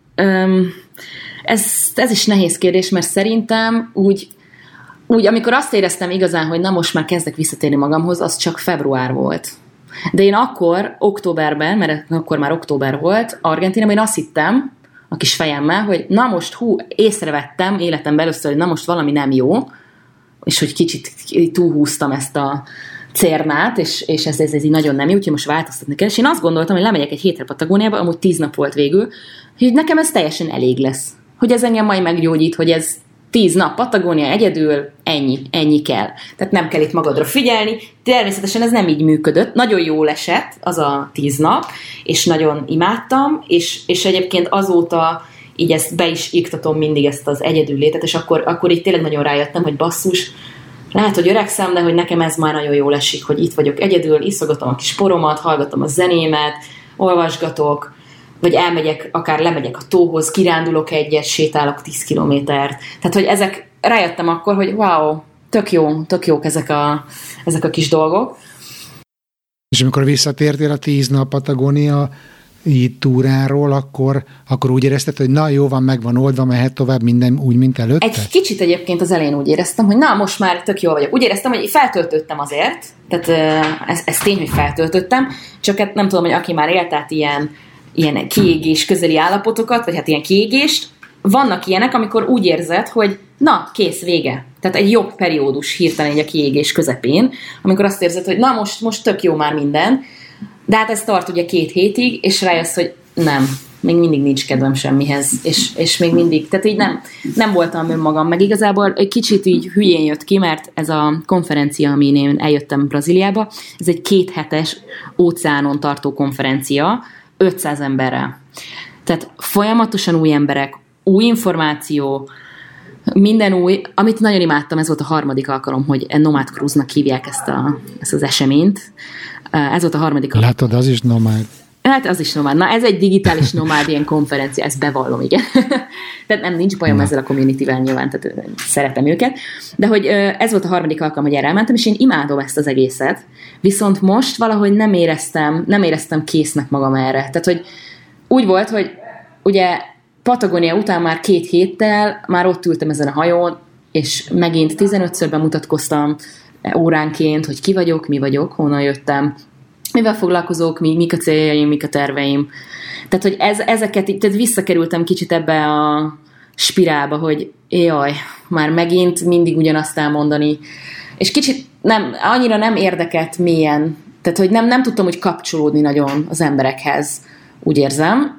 ez is nehéz kérdés, mert szerintem úgy, amikor azt éreztem igazán, hogy na most már kezdek visszatérni magamhoz, az csak február volt. De én akkor, októberben, mert akkor már október volt, Argentinában, én azt hittem, a kis fejemmel, hogy na most észrevettem életemben először, hogy na most valami nem jó, és hogy kicsit túlhúztam ezt a cérnát, és ez így nagyon nem jó, úgyhogy most változtatni kell. És én azt gondoltam, hogy lemegyek egy hétre Patagóniába, amúgy 10 nap volt végül, hogy nekem ez teljesen elég lesz. Hogy ez engem majd meggyógyít, hogy ez 10 nap Patagónia egyedül, ennyi kell. Tehát nem kell itt magadra figyelni. Természetesen ez nem így működött. Nagyon jól esett az a 10 nap, és nagyon imádtam, és egyébként azóta így ezt be is iktatom mindig ezt az egyedül létet, és akkor így tényleg nagyon rájöttem, hogy basszus, lehet, hogy öregszem, de hogy nekem ez már nagyon jól esik, hogy itt vagyok egyedül, iszogatom a kis poromat, hallgatom a zenémet, olvasgatok, vagy elmegyek, akár lemegyek a tóhoz, kirándulok egyet, sétálok 10 kilométert. Tehát, hogy ezek, rájöttem akkor, hogy wow, tök jók ezek a kis dolgok. És amikor visszatértél a 10 nap Patagónia túráról, akkor úgy érezted, hogy na jó van, megvan oldva, mehet tovább minden úgy, mint előtte? Egy kicsit egyébként az elején úgy éreztem, hogy na, most már tök jól vagyok. Úgy éreztem, hogy feltöltöttem azért, tehát ez tény, hogy feltöltöttem, csak hát nem tudom, hogy aki már élt át ilyen ilyen kiégés közeli állapotokat, vagy hát ilyen kiégést. Vannak ilyenek, amikor úgy érzed, hogy na, kész, vége. Tehát egy jobb periódus hirtelen egy a kiégés közepén, amikor azt érzed, hogy na, most tök jó már minden, de hát ez tart ugye 2 hétig, és rájössz, hogy nem, még mindig nincs kedvem semmihez, és még mindig, tehát így nem voltam önmagam, meg igazából egy kicsit így hülyén jött ki, mert ez a konferencia, amin én eljöttem Brazíliába, ez egy 2 hetes óceánon tartó konferencia, 500 emberrel. Tehát folyamatosan új emberek, új információ, minden új, amit nagyon imádtam, ez volt a 3. alkalom, hogy Nomad Cruise-nak hívják ezt az eseményt. Ez volt a 3. alkalom. Látod, az is nomád. Hát az is nomád. Na, ez egy digitális nomád ilyen konferencia, ezt bevallom, igen. Tehát nem nincs bajom ezzel a community-vel nyilván, tehát szeretem őket. De hogy ez volt a 3. alkalom, hogy erre elmentem, és én imádom ezt az egészet, viszont most valahogy nem éreztem késznek magam erre. Tehát, hogy úgy volt, hogy ugye Patagónia után már 2 héttel már ott ültem ezen a hajón, és megint 15-ször bemutatkoztam óránként, hogy ki vagyok, mi vagyok, honnan jöttem, mivel foglalkozok, mik a céljaim, mik a terveim. Tehát, hogy ezeket, tehát visszakerültem kicsit ebbe a spirálba, hogy jaj, már megint mindig ugyanazt elmondani. És kicsit annyira nem érdekelt mélyen, tehát, hogy nem tudtam, hogy kapcsolódni nagyon az emberekhez, úgy érzem.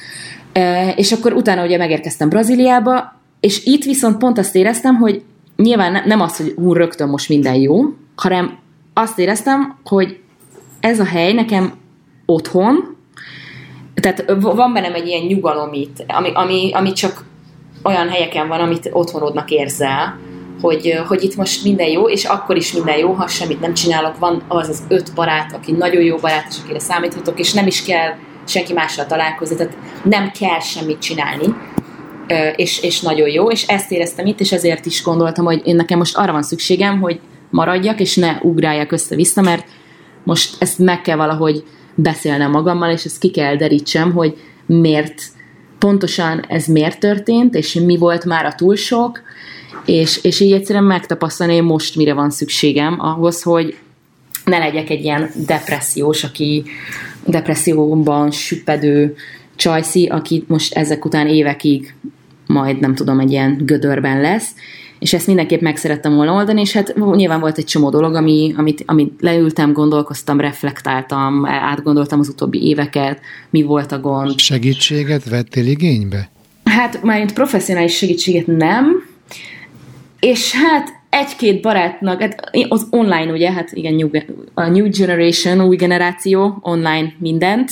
És akkor utána ugye megérkeztem Brazíliába, és itt viszont pont azt éreztem, hogy nyilván nem az, hogy rögtön most minden jó, hanem azt éreztem, hogy ez a hely nekem otthon, tehát van bennem egy ilyen nyugalom itt, ami csak olyan helyeken van, amit otthonodnak érzel, hogy itt most minden jó, és akkor is minden jó, ha semmit nem csinálok. Van az 5 barát, aki nagyon jó barát, és akire számíthatok, és nem is kell senki mással találkozni, tehát nem kell semmit csinálni, és nagyon jó, és ezt éreztem itt, és ezért is gondoltam, hogy én nekem most arra van szükségem, hogy maradjak, és ne ugráljak össze-vissza, mert most ezt meg kell valahogy beszélnem magammal, és ezt ki kell derítsem, hogy pontosan ez miért történt, és mi volt már a túl sok, és így egyszerűen megtapasztalni, hogy most mire van szükségem ahhoz, hogy ne legyek egy ilyen depressziós, aki depresszióban süppedő csajszi, aki most ezek után évekig majd nem tudom, egy ilyen gödörben lesz, és ezt mindenképp meg szerettem volna oldani, és hát nyilván volt egy csomó dolog, amit leültem, gondolkoztam, reflektáltam, átgondoltam az utóbbi éveket, mi volt a gond. Segítséget vettél igénybe? Hát már professzionális segítséget nem, és hát 1-2 barátnak, hát az online ugye, hát igen, a new generation, új generáció, online mindent,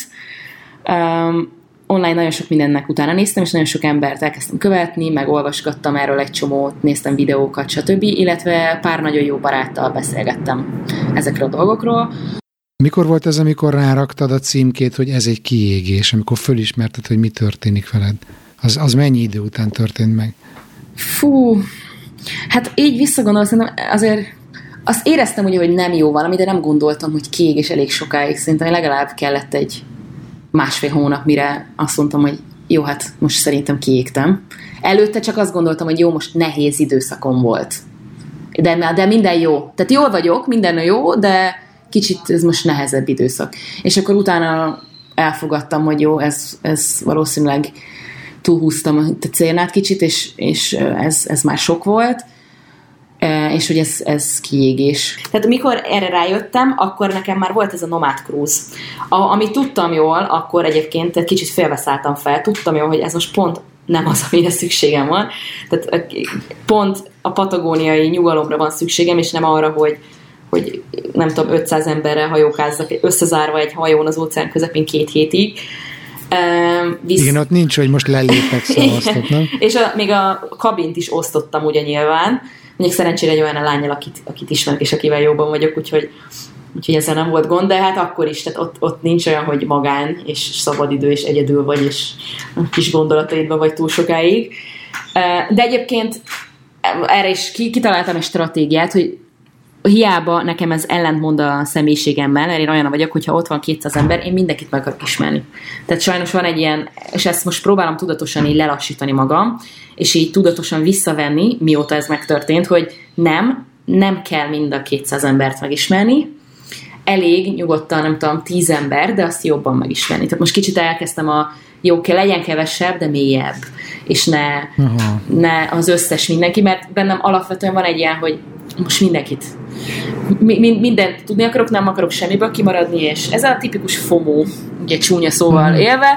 online nagyon sok mindennek utána néztem, és nagyon sok embert elkezdtem követni, meg olvasgattam erről egy csomót, néztem videókat, stb., illetve pár nagyon jó baráttal beszélgettem ezekről a dolgokról. Mikor volt ez, amikor ráraktad a címkét, hogy ez egy kiégés, amikor fölismerted, hogy mi történik veled? Az mennyi idő után történt meg? Fú, hát így visszagondolva, szerintem azért azt éreztem ugye, hogy nem jó valami, de nem gondoltam, hogy kiégés elég sokáig. Szerintem legalább kellett egy 1,5 hónap, mire azt mondtam, hogy jó, hát most szerintem kiégtem. Előtte csak azt gondoltam, hogy jó, most nehéz időszakom volt. De minden jó. Tehát jól vagyok, minden jó, de kicsit ez most nehezebb időszak. És akkor utána elfogadtam, hogy jó, ez valószínűleg túlhúztam a célnát kicsit, és ez már sok volt, és hogy ez kiégés. Tehát amikor erre rájöttem, akkor nekem már volt ez a Nomad Cruise. Amit tudtam jól, akkor egyébként egy kicsit félbeszálltam fel, tudtam jól, hogy ez most pont nem az, amire szükségem van. Tehát pont a patagóniai nyugalomra van szükségem, és nem arra, hogy nem tudom, 500 emberrel hajókázzak összezárva egy hajón az óceán közepén 2 hétig. Igen, ott nincs, hogy most lelépek szavaztok, nem? És még a kabint is osztottam ugye nyilván. Mondjuk szerencsére egy olyan lányjal, akit ismerek, és akivel jóban vagyok, úgyhogy ezzel nem volt gond, de hát akkor is, tehát ott nincs olyan, hogy magán, és szabadidő, és egyedül vagy, és kis gondolataidban vagy túl sokáig. De egyébként erre is kitaláltam egy stratégiát, hogy hiába nekem ez ellentmond a személyiségemmel, mert én olyan vagyok, hogyha ott van 200 ember, én mindenkit meg akarok ismerni. Tehát sajnos van egy ilyen, és ezt most próbálom tudatosan így lelassítani magam, és így tudatosan visszavenni, mióta ez megtörtént, hogy nem kell mind a 200 embert megismerni. elég nyugodtan, nem tudom, 10 ember, de azt jobban megismerni. Tehát most kicsit elkezdtem jó, legyen kevesebb, de mélyebb. És ne az összes mindenki, mert bennem alapvetően van egy ilyen, hogy most mindenkit mindent tudni akarok, nem akarok semmiből kimaradni, és ez a tipikus FOMO, ugye csúnya szóval élve.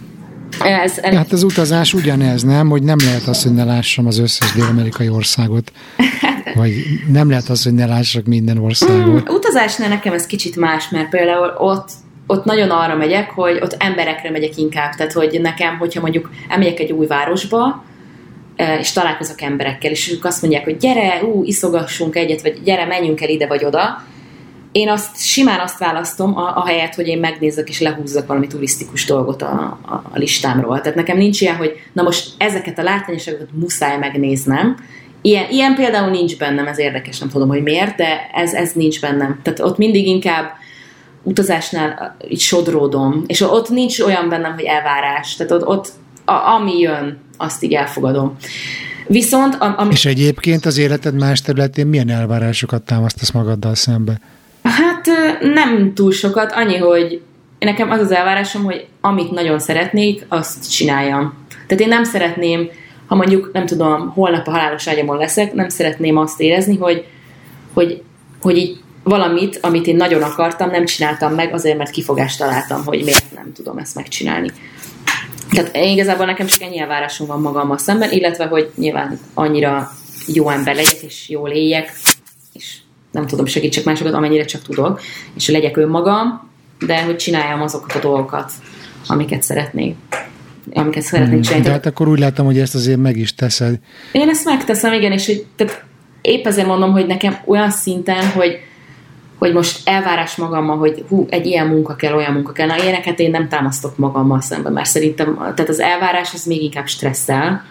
Hát az utazás ugyanez, nem? Hogy nem lehet az, hogy ne lássam az összes dél-amerikai országot. Vagy nem lehet az, hogy ne lássak minden országot. Utazásnál nekem ez kicsit más, mert például ott nagyon arra megyek, hogy ott emberekre megyek inkább. Tehát, hogy nekem, hogyha mondjuk elmegyek egy új városba, és találkozok emberekkel, és ők azt mondják, hogy gyere, iszogassunk egyet, vagy gyere, menjünk el ide vagy oda. Én simán azt választom, ahelyett, hogy én megnézzek és lehúzzak valami turisztikus dolgot a listámról. Tehát nekem nincs ilyen, hogy na most ezeket a látványosokat muszáj megnéznem. Ilyen például nincs bennem, ez érdekes, nem tudom, hogy miért, de ez nincs bennem. Tehát ott mindig inkább utazásnál így sodródom, és ott nincs olyan bennem, hogy elvárás. Tehát ott ami jön, azt így elfogadom. Viszont... És egyébként az életed más területén milyen elvárásokat támasztasz magaddal szembe? Hát nem túl sokat, annyi, hogy nekem az elvárásom, hogy amit nagyon szeretnék, azt csináljam. Tehát én nem szeretném, ha mondjuk, nem tudom, holnap a halálos ágyamon leszek, nem szeretném azt érezni, hogy így valamit, amit én nagyon akartam, nem csináltam meg azért, mert kifogást találtam, hogy miért nem tudom ezt megcsinálni. Tehát igazából nekem csak ennyi elvárásom van magammal szemben, illetve, hogy nyilván annyira jó ember legyek, és jól éljek, és nem tudom, segítsek másokat, amennyire csak tudok, és legyek önmagam, de hogy csináljam azokat a dolgokat, amiket szeretnék csinálni. De hát akkor úgy látom, hogy ezt azért meg is teszed. Én ezt megteszem, igen, és hogy, tehát épp ezért mondom, hogy nekem olyan szinten, hogy most elvárás magammal, hogy egy ilyen munka kell, olyan munka kell. Na, ilyeneket én nem támasztok magammal szemben, mert szerintem, tehát az elvárás az még inkább stresszel.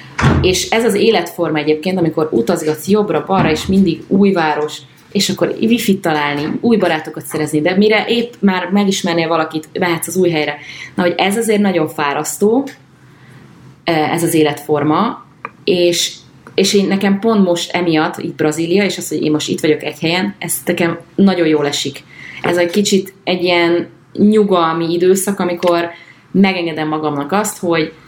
És ez az életforma egyébként, amikor utazgatsz jobbra-balra, és mindig új város, és akkor wifi-t találni, új barátokat szerezni, de mire épp már megismernél valakit, mehetsz az új helyre. Na, hogy ez azért nagyon fárasztó, ez az életforma, és én nekem pont most emiatt, itt Brazília, és az, hogy én most itt vagyok egy helyen, ez nekem nagyon jól esik. Ez egy kicsit egy ilyen nyugalmi időszak, amikor megengedem magamnak azt,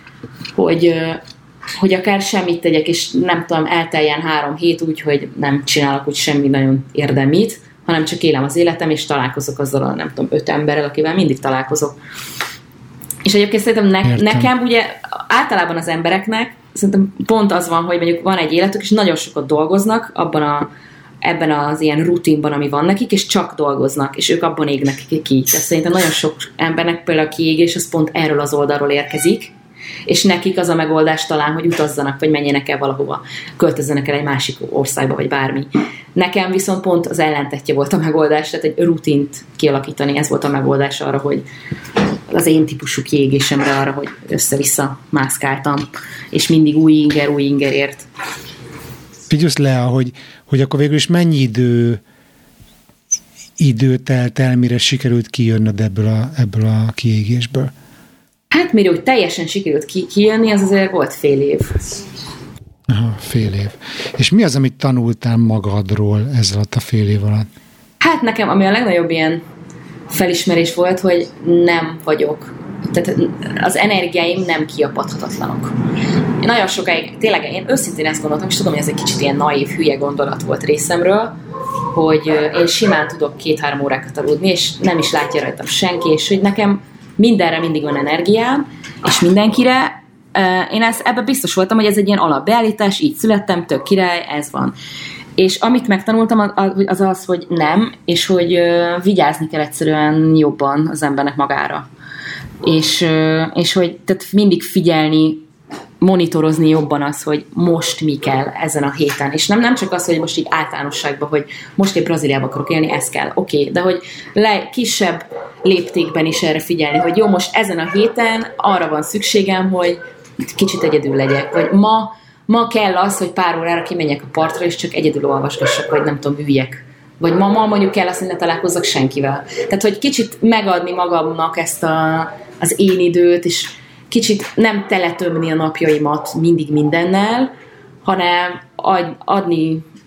hogy akár semmit tegyek, és nem tudom, elteljen 3 hét úgy, hogy nem csinálok úgy semmi nagyon érdemit, hanem csak élem az életem, és találkozok azzal a, nem tudom, 5 emberrel, akivel mindig találkozok. És egyébként szerintem nekem ugye általában az embereknek szerintem pont az van, hogy mondjuk van egy életük, és nagyon sokat dolgoznak ebben az ilyen rutinban, ami van nekik, és csak dolgoznak, és ők abban égnek ki. Tehát szerintem nagyon sok embernek például a kiégés az pont erről az oldalról érkezik, és nekik az a megoldás talán, hogy utazzanak, vagy menjenek el valahova, költözzenek el egy másik országba, vagy bármi. Nekem viszont pont az ellentetje volt a megoldás, tehát egy rutint kialakítani, ez volt a megoldás arra, hogy az én típusú kiégésemre arra, hogy össze-vissza mászkáltam, és mindig új ingerért. Figyelsz le, hogy akkor végül is mennyi idő telt el, mire sikerült kijönnöd ebből a kiégésből? Hát mire úgy teljesen sikerült kijönni, az azért volt fél év. Aha, fél év. És mi az, amit tanultál magadról ezzel alatt a fél év alatt? Hát nekem, ami a legnagyobb ilyen felismerés volt, hogy nem vagyok. Tehát az energiáim nem kiapadhatatlanok. Én nagyon sokáig, tényleg én őszintén ezt gondoltam, és tudom, hogy ez egy kicsit ilyen naív, hülye gondolat volt részemről, hogy én simán tudok 2-3 órákat aludni, és nem is látja rajtam senki, és hogy nekem mindenre mindig van energiám, és mindenkire. Én ebben biztos voltam, hogy ez egy ilyen alapbeállítás, így születtem, tök király, ez van. És amit megtanultam, az az, hogy nem, és hogy vigyázni kell egyszerűen jobban az embernek magára. És hogy tehát mindig figyelni, monitorozni jobban az, hogy most mi kell ezen a héten. És nem csak az, hogy most így általánosságban, hogy most én Brazíliába akarok élni, ez kell, oké, de hogy kisebb léptékben is erre figyelni, hogy jó, most ezen a héten arra van szükségem, hogy kicsit egyedül legyek, vagy ma kell az, hogy pár órára kimenjek a partra, és csak egyedül olvasgassak, vagy nem tudom, üljek. Vagy ma mondjuk kell azt, hogy ne találkozzak senkivel. Tehát, hogy kicsit megadni magamnak ezt az én időt, és kicsit nem teletömni a napjaimat mindig mindennel, hanem adni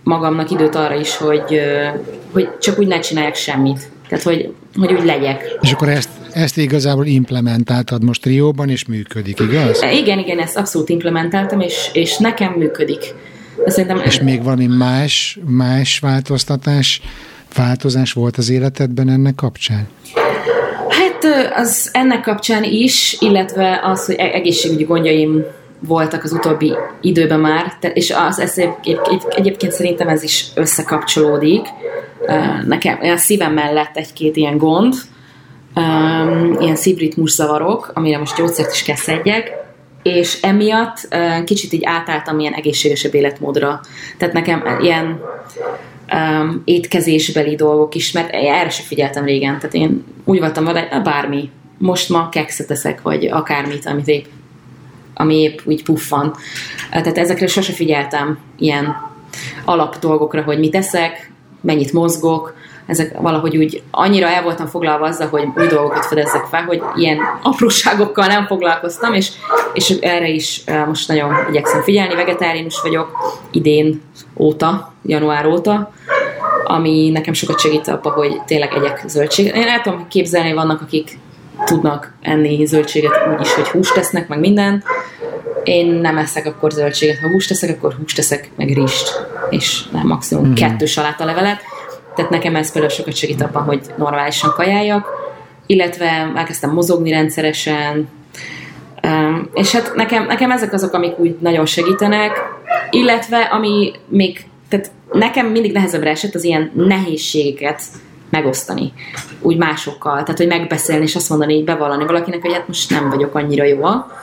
magamnak időt arra is, hogy csak úgy ne csináljak semmit. Tehát, hogy úgy legyek. És akkor ezt igazából implementáltad most Trióban, és működik, igaz? Igen, ezt abszolút implementáltam, és nekem működik. És még valami más változás volt az életedben ennek kapcsán? Hát az ennek kapcsán is, illetve az, hogy egészségügyi gondjaim voltak az utóbbi időben már, és egyébként szerintem ez is összekapcsolódik. Nekem a szívem mellett egy-két ilyen gond, ilyen szívritmus zavarok, amire most gyógyszert is kell szedjek, és emiatt kicsit így átálltam ilyen egészségesebb életmódra. Tehát nekem ilyen étkezésbeli dolgok is, mert erre se figyeltem régen. Tehát én úgy voltam vele, bármi. Most ma kekszet eszek, vagy akármit, ami épp úgy puffan. Tehát ezekre sose figyeltem, ilyen alap dolgokra, hogy mit eszek, mennyit mozgok, ezek valahogy úgy annyira el voltam foglalva azzal, hogy új dolgokat fedezzek fel, hogy ilyen apróságokkal nem foglalkoztam, és erre is most nagyon igyekszem figyelni. Vegetáriánus vagyok idén óta, január óta, ami nekem sokat segít abba, hogy tényleg egyek zöldséget. Én el tudom képzelni, vannak, akik tudnak enni zöldséget úgy is, hogy húst tesznek, meg minden. Én nem eszek akkor zöldséget. Ha húst teszek, akkor húst teszek, meg rizst, és nem maximum 2 salátalevelet. Tehát nekem ez például sokat segít abban, hogy normálisan kajáljak, illetve elkezdtem mozogni rendszeresen, és hát nekem ezek azok, amik úgy nagyon segítenek, illetve ami még, tehát nekem mindig nehezebbre esett az ilyen nehézségeket megosztani, úgy másokkal, tehát hogy megbeszélni, és azt mondani, így bevallani valakinek, hogy hát most nem vagyok annyira jó.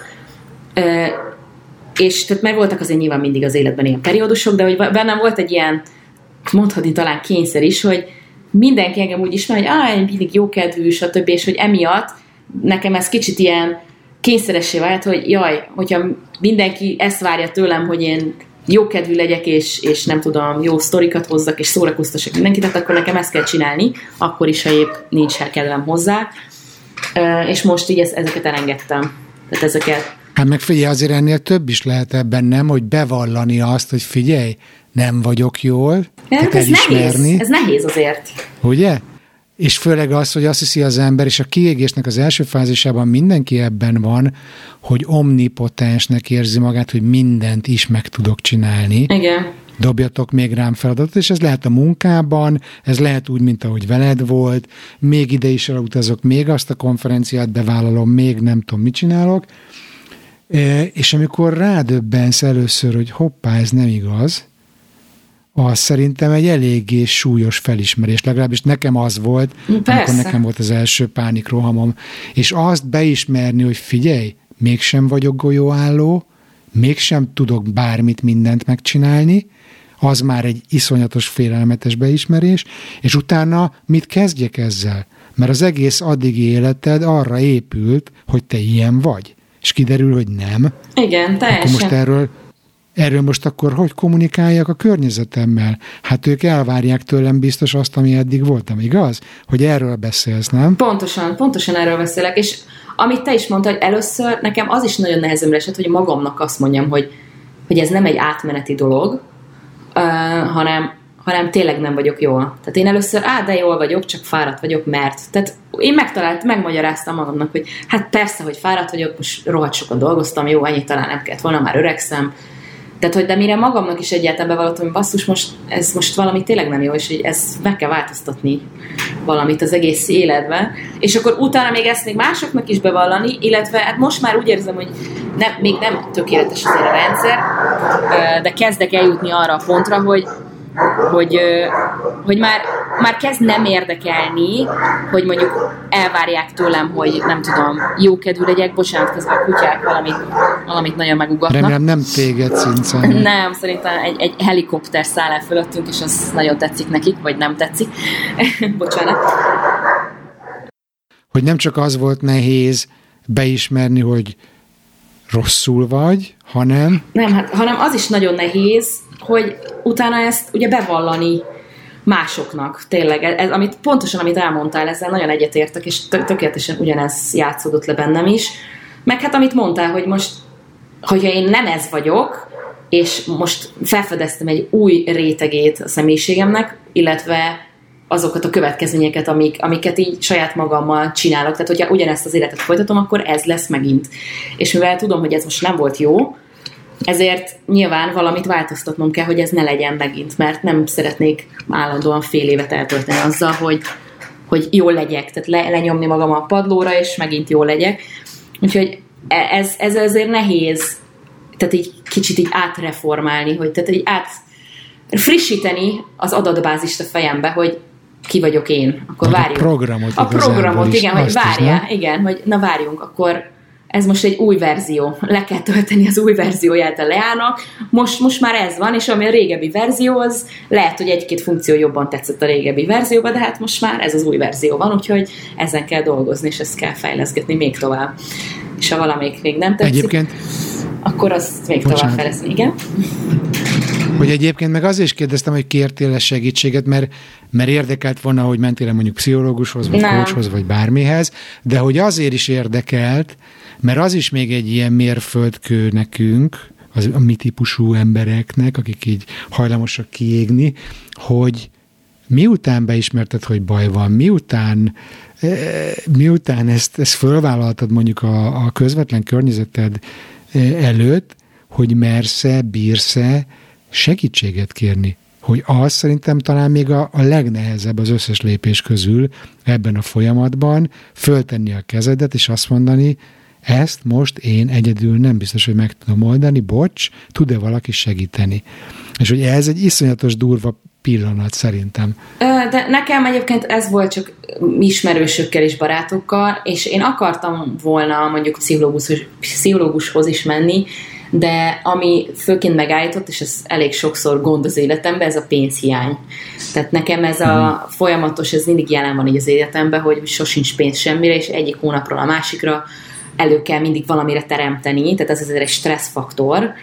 És tehát mert voltak azért nyilván mindig az életben ilyen periódusok, de hogy bennem volt egy ilyen, mondhatni talán kényszer is, hogy mindenki engem úgy ismer, hogy én mindig jókedvű, stb. És hogy emiatt nekem ez kicsit ilyen kényszeressé vált, hogy jaj, hogyha mindenki ezt várja tőlem, hogy én jókedvű legyek, és nem tudom, jó sztorikat hozzak, és szórakoztassak mindenkit, tehát akkor nekem ezt kell csinálni, akkor is, ha épp nincs kedvem hozzá. És most így ezeket elengedtem. Tehát ezeket... Hát meg figyelj, azért ennél több is lehet ebben, nem, hogy bevallani azt, hogy figyelj, nem vagyok jól, tehát elismerni. Ez nehéz azért. Ugye? És főleg az, hogy azt hiszi az ember, és a kiégésnek az első fázisában mindenki ebben van, hogy omnipotensnek érzi magát, hogy mindent is meg tudok csinálni. Igen. Dobjatok még rám feladatot, és ez lehet a munkában, ez lehet úgy, mint ahogy veled volt, még ide is elutazok, még azt a konferenciát bevállalom, még nem tudom, mit csinálok. És amikor rádöbbensz először, hogy hoppá, ez nem igaz, az szerintem egy eléggé súlyos felismerés, legalábbis nekem az volt, amikor nekem volt az első pánikrohamom, és azt beismerni, hogy figyelj, mégsem vagyok golyóálló, mégsem tudok bármit, mindent megcsinálni, az már egy iszonyatos félelmetes beismerés, és utána mit kezdjek ezzel? Mert az egész addigi életed arra épült, hogy te ilyen vagy, és kiderül, hogy nem. Igen, teljesen. Akkor most erről most akkor hogy kommunikáljak a környezetemmel? Hát ők elvárják tőlem biztos azt, ami eddig voltam, igaz? Hogy erről beszélsz, nem? Pontosan erről beszélek, és amit te is mondtad, hogy először nekem az is nagyon nehezemre esett, hogy magamnak azt mondjam, hogy ez nem egy átmeneti dolog, hanem tényleg nem vagyok jól. Tehát én először, de jól vagyok, csak fáradt vagyok, mert. Tehát én megmagyaráztam magamnak, hogy hát persze, hogy fáradt vagyok, most rohadt sokat dolgoztam, jó, ennyit talán nem kellett volna, már öregszem. Tehát, hogy de mire magamnak is egyáltalán bevallottam, hogy basszus, ez most valami tényleg nem jó, és hogy ezt meg kell változtatni valamit az egész életben. És akkor utána még ezt még másoknak is bevallani, illetve hát most már úgy érzem, hogy még nem tökéletes azért a rendszer, de kezdek eljutni arra a pontra, hogy már kezd nem érdekelni, hogy mondjuk elvárják tőlem, hogy nem tudom, jókedvű legyek, bocsánat, közben a kutyák valamit nagyon megugatnak. Remélem nem téged cincálni. Nem, szerintem egy helikopter száll el fölöttünk, és az nagyon tetszik nekik, vagy nem tetszik. Bocsánat. Hogy nem csak az volt nehéz beismerni, hogy rosszul vagy, hanem... Nem, hanem az is nagyon nehéz, hogy utána ezt ugye bevallani másoknak, tényleg. Ez, pontosan amit elmondtál, ezzel nagyon egyetértek, és tökéletesen ugyanez játszódott le bennem is. Meg hát amit mondtál, hogy most, hogyha én nem ez vagyok, és most felfedeztem egy új rétegét a személyiségemnek, illetve azokat a következményeket, amiket így saját magammal csinálok. Tehát, hogyha ugyanezt az életet folytatom, akkor ez lesz megint. És mivel tudom, hogy ez most nem volt jó, ezért nyilván valamit változtatnom kell, hogy ez ne legyen megint, mert nem szeretnék állandóan fél évet eltölteni azzal, hogy jól legyek, tehát lenyomni magam a padlóra, és megint jól legyek. Úgyhogy ez azért nehéz, tehát így kicsit így átreformálni, tehát így frissíteni az adatbázist a fejembe, hogy ki vagyok én, akkor várjunk. A programot, igen, hogy várjál, igen, hogy na várjunk, akkor ez most egy új verzió. Le kell tölteni az új verzióját a Leának. Most már ez van, és ami a régebbi verzió, az lehet, hogy egy-két funkció jobban tetszett a régebbi verzióba, de hát most már ez az új verzió van, úgyhogy ezen kell dolgozni, és ezt kell fejleszgetni még tovább. És ha valamelyik még nem tetszik, egyébként, akkor azt még tovább fejleszteni. Igen? Hogy egyébként meg azért is kérdeztem, hogy kértél segítséget, mert érdekelt volna, hogy mentél mondjuk pszichológushoz, vagy coachhoz, vagy bármihez, de hogy azért is érdekelt, mert az is még egy ilyen mérföldkő nekünk, a mi típusú embereknek, akik így hajlamosak kiégni, hogy miután beismerted, hogy baj van, miután ezt fölvállaltad mondjuk a közvetlen környezeted előtt, hogy mersz-e, bírsz-e segítséget kérni. Hogy az szerintem talán még a legnehezebb az összes lépés közül ebben a folyamatban, föltenni a kezedet, és azt mondani, ezt most én egyedül nem biztos, hogy meg tudom oldani, bocs, tud-e valaki segíteni? És hogy ez egy iszonyatos durva pillanat szerintem. De nekem egyébként ez volt csak ismerősökkel és barátokkal, és én akartam volna mondjuk pszichológushoz is menni, de ami főként megállított, és ez elég sokszor gond az életemben, ez a pénzhiány. Tehát nekem ez a folyamatos, ez mindig jelen van így az életemben, hogy sosincs pénz semmire, és egyik hónapról a másikra elő kell mindig valamire teremteni, tehát ez azért egy stresszfaktor,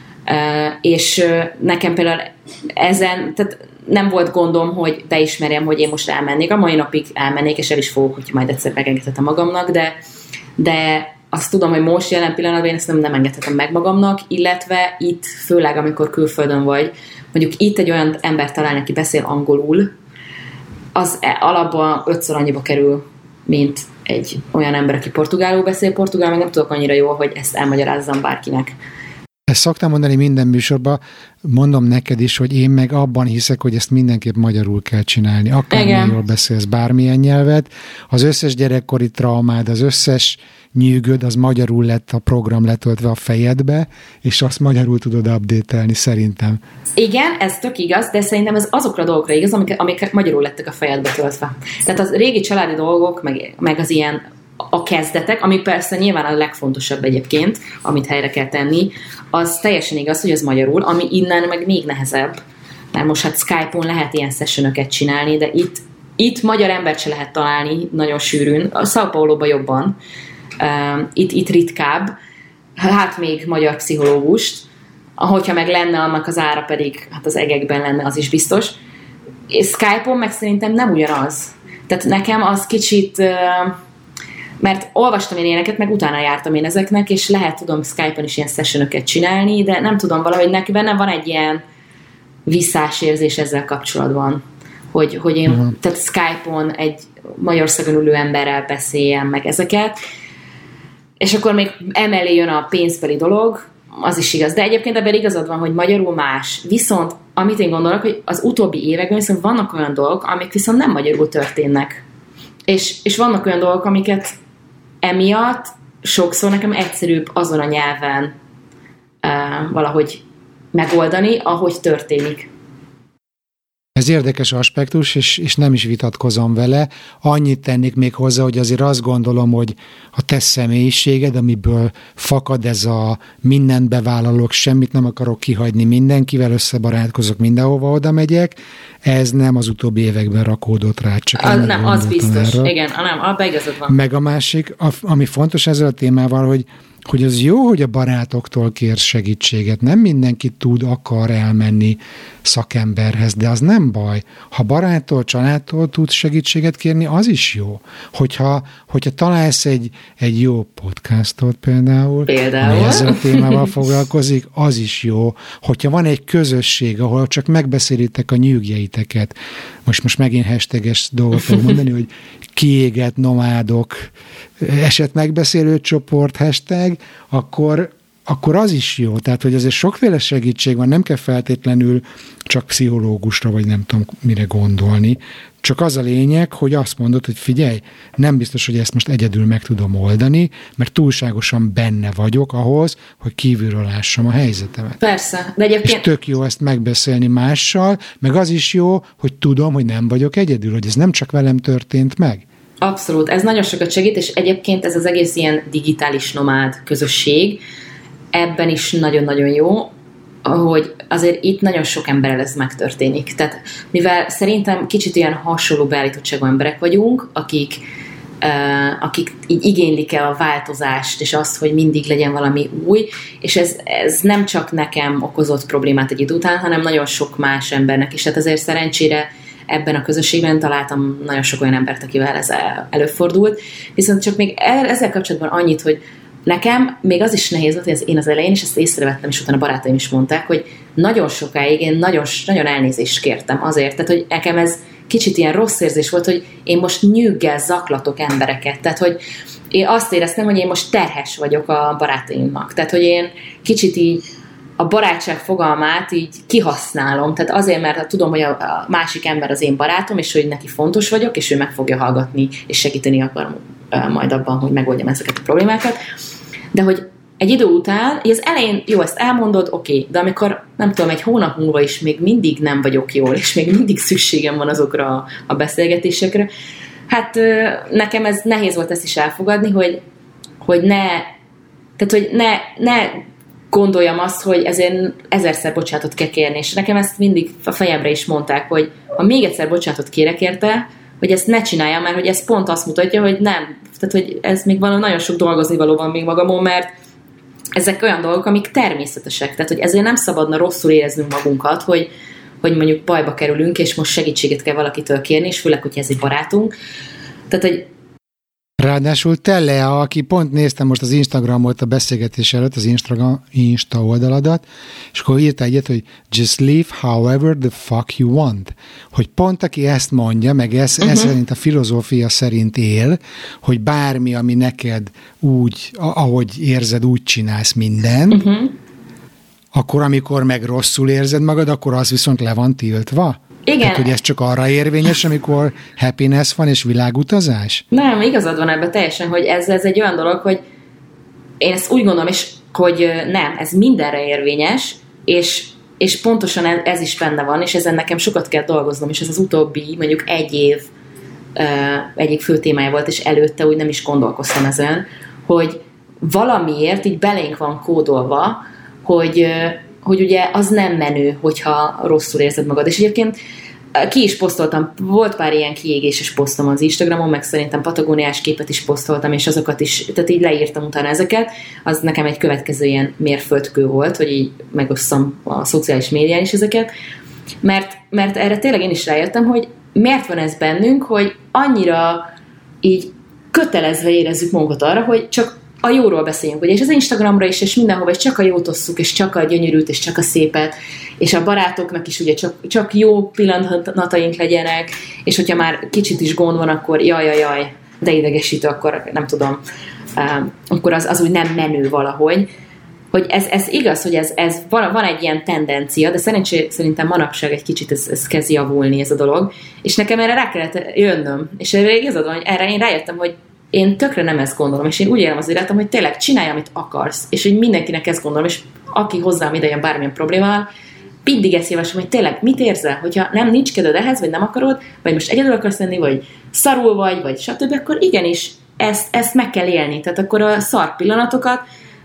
és nekem például ezen, tehát nem volt gondom, hogy beismerjem, hogy én most elmennék, a mai napig elmennék, és el is fogok, hogy majd egyszer megengedhetem magamnak, de azt tudom, hogy most jelen pillanatban én ezt nem engedhetem meg magamnak, illetve itt, főleg amikor külföldön vagy, mondjuk itt egy olyan ember találni, aki beszél angolul, az alapban 5-ször annyiba kerül, mint egy olyan ember, aki portugálul beszél. Portugál meg nem tudok annyira jól, hogy ezt elmagyarázzam bárkinek. Ezt szoktam mondani minden műsorban, mondom neked is, hogy én meg abban hiszek, hogy ezt mindenképp magyarul kell csinálni. Akármilyen jól beszélsz bármilyen nyelvet, az összes gyerekkori traumád, az összes nyűgöd, az magyarul lett a program letöltve a fejedbe, és azt magyarul tudod update-elni szerintem. Igen, ez tök igaz, de szerintem ez azokra a dolgokra igaz, amik magyarul lettek a fejedbe töltve. Tehát az régi családi dolgok, meg az ilyen a kezdetek, ami persze nyilván a legfontosabb egyébként, amit helyre kell tenni, az teljesen igaz, hogy az magyarul, ami innen meg még nehezebb, mert most hát Skype-on lehet ilyen sessionöket csinálni, de itt magyar embert se lehet találni nagyon sűrűn, a São Paulo-ban jobban, itt ritkább, hát még magyar pszichológust, ahogyha meg lenne, annak az ára pedig hát az egekben lenne, az is biztos. És Skype-on meg szerintem nem ugyanaz. Tehát nekem az kicsit, mert olvastam én ilyeneket, meg utána jártam én ezeknek, és lehet, tudom, Skype-on is ilyen sessionöket csinálni, de nem tudom, valahogy neki benne van egy ilyen visszásérzés ezzel kapcsolatban, hogy én tehát Skype-on egy Magyarországon ülő emberrel beszéljem meg ezeket, és akkor még emellé jön a pénzbeli dolog, az is igaz. De egyébként ebben igazad van, hogy magyarul más. Viszont, amit én gondolok, hogy az utóbbi években viszont vannak olyan dolgok, amik viszont nem magyarul történnek. És vannak olyan dolgok, amiket emiatt sokszor nekem egyszerűbb azon a nyelven valahogy megoldani, ahogy történik. Ez érdekes aspektus, és nem is vitatkozom vele. Annyit tennék még hozzá, hogy azért azt gondolom, hogy a te személyiséged, amiből fakad ez a mindent bevállalok, semmit nem akarok kihagyni, mindenkivel összebarátkozok, mindenhova oda megyek, ez nem az utóbbi években rakódott rá, csak nem, az biztos. Erről. Igen, nem, abba igazad van. Meg a másik, ami fontos ezzel a témával, hogy az jó, hogy a barátoktól kérsz segítséget. Nem mindenki akar elmenni szakemberhez, de az nem baj. Ha baráttól, családtól tudsz segítséget kérni, az is jó. Hogyha találsz egy jó podcastot például, ami ezzel a témával foglalkozik, az is jó. Hogyha van egy közösség, ahol csak megbeszélitek a nyűgjeiteket, most megint hashtages dolgot fogok mondani, hogy kiégett nomádok, eset megbeszélő csoport, hashtag, akkor az is jó. Tehát, hogy azért sokféle segítség van, nem kell feltétlenül csak pszichológusra, vagy nem tudom mire gondolni. Csak az a lényeg, hogy azt mondod, hogy figyelj, nem biztos, hogy ezt most egyedül meg tudom oldani, mert túlságosan benne vagyok ahhoz, hogy kívülről lássam a helyzetemet. Persze, de egyébként... És tök jó ezt megbeszélni mással, meg az is jó, hogy tudom, hogy nem vagyok egyedül, hogy ez nem csak velem történt meg. Abszolút, ez nagyon sokat segít, és egyébként ez az egész ilyen digitális nomád közösség, ebben is nagyon-nagyon jó, hogy azért itt nagyon sok emberrel ez megtörténik. Tehát mivel szerintem kicsit ilyen hasonló beállítottságú emberek vagyunk, akik így igénylik el a változást, és azt, hogy mindig legyen valami új, és ez nem csak nekem okozott problémát egy idő után, hanem nagyon sok más embernek is. Tehát azért szerencsére ebben a közösségben találtam nagyon sok olyan embert, akivel ez előfordult. Viszont csak még ezzel kapcsolatban annyit, hogy nekem még az is nehéz volt, hogy én az elején, és ezt észrevettem, és utána barátaim is mondták, hogy nagyon sokáig én nagyon elnézést kértem azért, tehát hogy nekem ez kicsit ilyen rossz érzés volt, hogy én most nyűggel zaklatok embereket, tehát hogy én azt éreztem, hogy én most terhes vagyok a barátaimnak, tehát hogy én kicsit így a barátság fogalmát így kihasználom, tehát azért, mert tudom, hogy a másik ember az én barátom, és hogy neki fontos vagyok, és ő meg fogja hallgatni, és segíteni akar majd abban, hogy megoldjam ezeket a problémákat. De hogy egy idő után, az elején jó, ezt elmondod, oké, de amikor nem tudom, egy hónap múlva is még mindig nem vagyok jól, és még mindig szükségem van azokra a beszélgetésekre, hát nekem ez nehéz volt ezt is elfogadni, hogy ne gondoljam azt, hogy ezért 1000-szer bocsánatot kell kérni, és nekem ezt mindig a fejemre is mondták, hogy ha még egyszer bocsánatot kérek érte, hogy ezt ne csináljam, mert hogy ez pont azt mutatja, hogy nem, tehát hogy ez még valami nagyon sok dolgozni való van még magamon, mert ezek olyan dolgok, amik természetesek, tehát hogy ezért nem szabadna rosszul éreznünk magunkat, hogy mondjuk bajba kerülünk, és most segítséget kell valakitől kérni, és főleg, hogy ez egy barátunk. Tehát, hogy ráadásul te, Lea, aki pont néztem most az Instagramot a beszélgetés előtt, az Insta oldaladat, és akkor írta egyet, hogy just live however the fuck you want. Hogy pont aki ezt mondja, meg ez szerint a filozófia szerint él, hogy bármi, ami neked úgy, ahogy érzed, úgy csinálsz mindent, akkor amikor meg rosszul érzed magad, akkor az viszont le van tiltva? Igen. Tehát, hogy ez csak arra érvényes, amikor happiness van és világutazás? Nem, igazad van ebben teljesen, hogy ez egy olyan dolog, hogy én ezt úgy gondolom, és hogy nem, ez mindenre érvényes, és pontosan ez is benne van, és ezen nekem sokat kell dolgoznom, és ez az utóbbi, mondjuk egy év egyik fő témája volt, és előtte úgy nem is gondolkoztam ezen, hogy valamiért így belénk van kódolva, hogy ugye az nem menő, hogyha rosszul érzed magad. És egyébként ki is posztoltam, volt pár ilyen kiégéses posztom az Instagramon, meg szerintem patagóniás képet is posztoltam, és azokat is, tehát így leírtam utána ezeket. Az nekem egy következő ilyen mérföldkő volt, hogy így megosszam a szociális médián is ezeket. Mert erre tényleg én is rájöttem, hogy miért van ez bennünk, hogy annyira így kötelezve érezzük magunkat arra, hogy csak a jóról beszéljünk, ugye, és az Instagramra is, és mindenhova, és csak a jót osszuk, és csak a gyönyörűt, és csak a szépet, és a barátoknak is ugye csak jó pillanataink legyenek, és hogyha már kicsit is gond van, akkor jaj, de idegesítő, akkor nem tudom, akkor az úgy nem menő valahogy. Hogy ez igaz, hogy ez van egy ilyen tendencia, de szerintem manapság egy kicsit ez kezd javulni ez a dolog, és nekem erre rá kellett jönnöm, és erre igazad van, hogy erre én rájöttem, hogy én tökre nem ezt gondolom, és én úgy élem az életem, hogy tényleg csinálj, amit akarsz, és hogy mindenkinek ezt gondolom, és aki hozzám idejön bármilyen problémával, mindig ezt javaslom, hogy tényleg mit érzel, hogyha nincs kedved ehhez, vagy nem akarod, vagy most egyedül akarsz lenni, vagy szarul vagy stb., akkor igenis ezt meg kell élni, tehát akkor a szar pillanatokat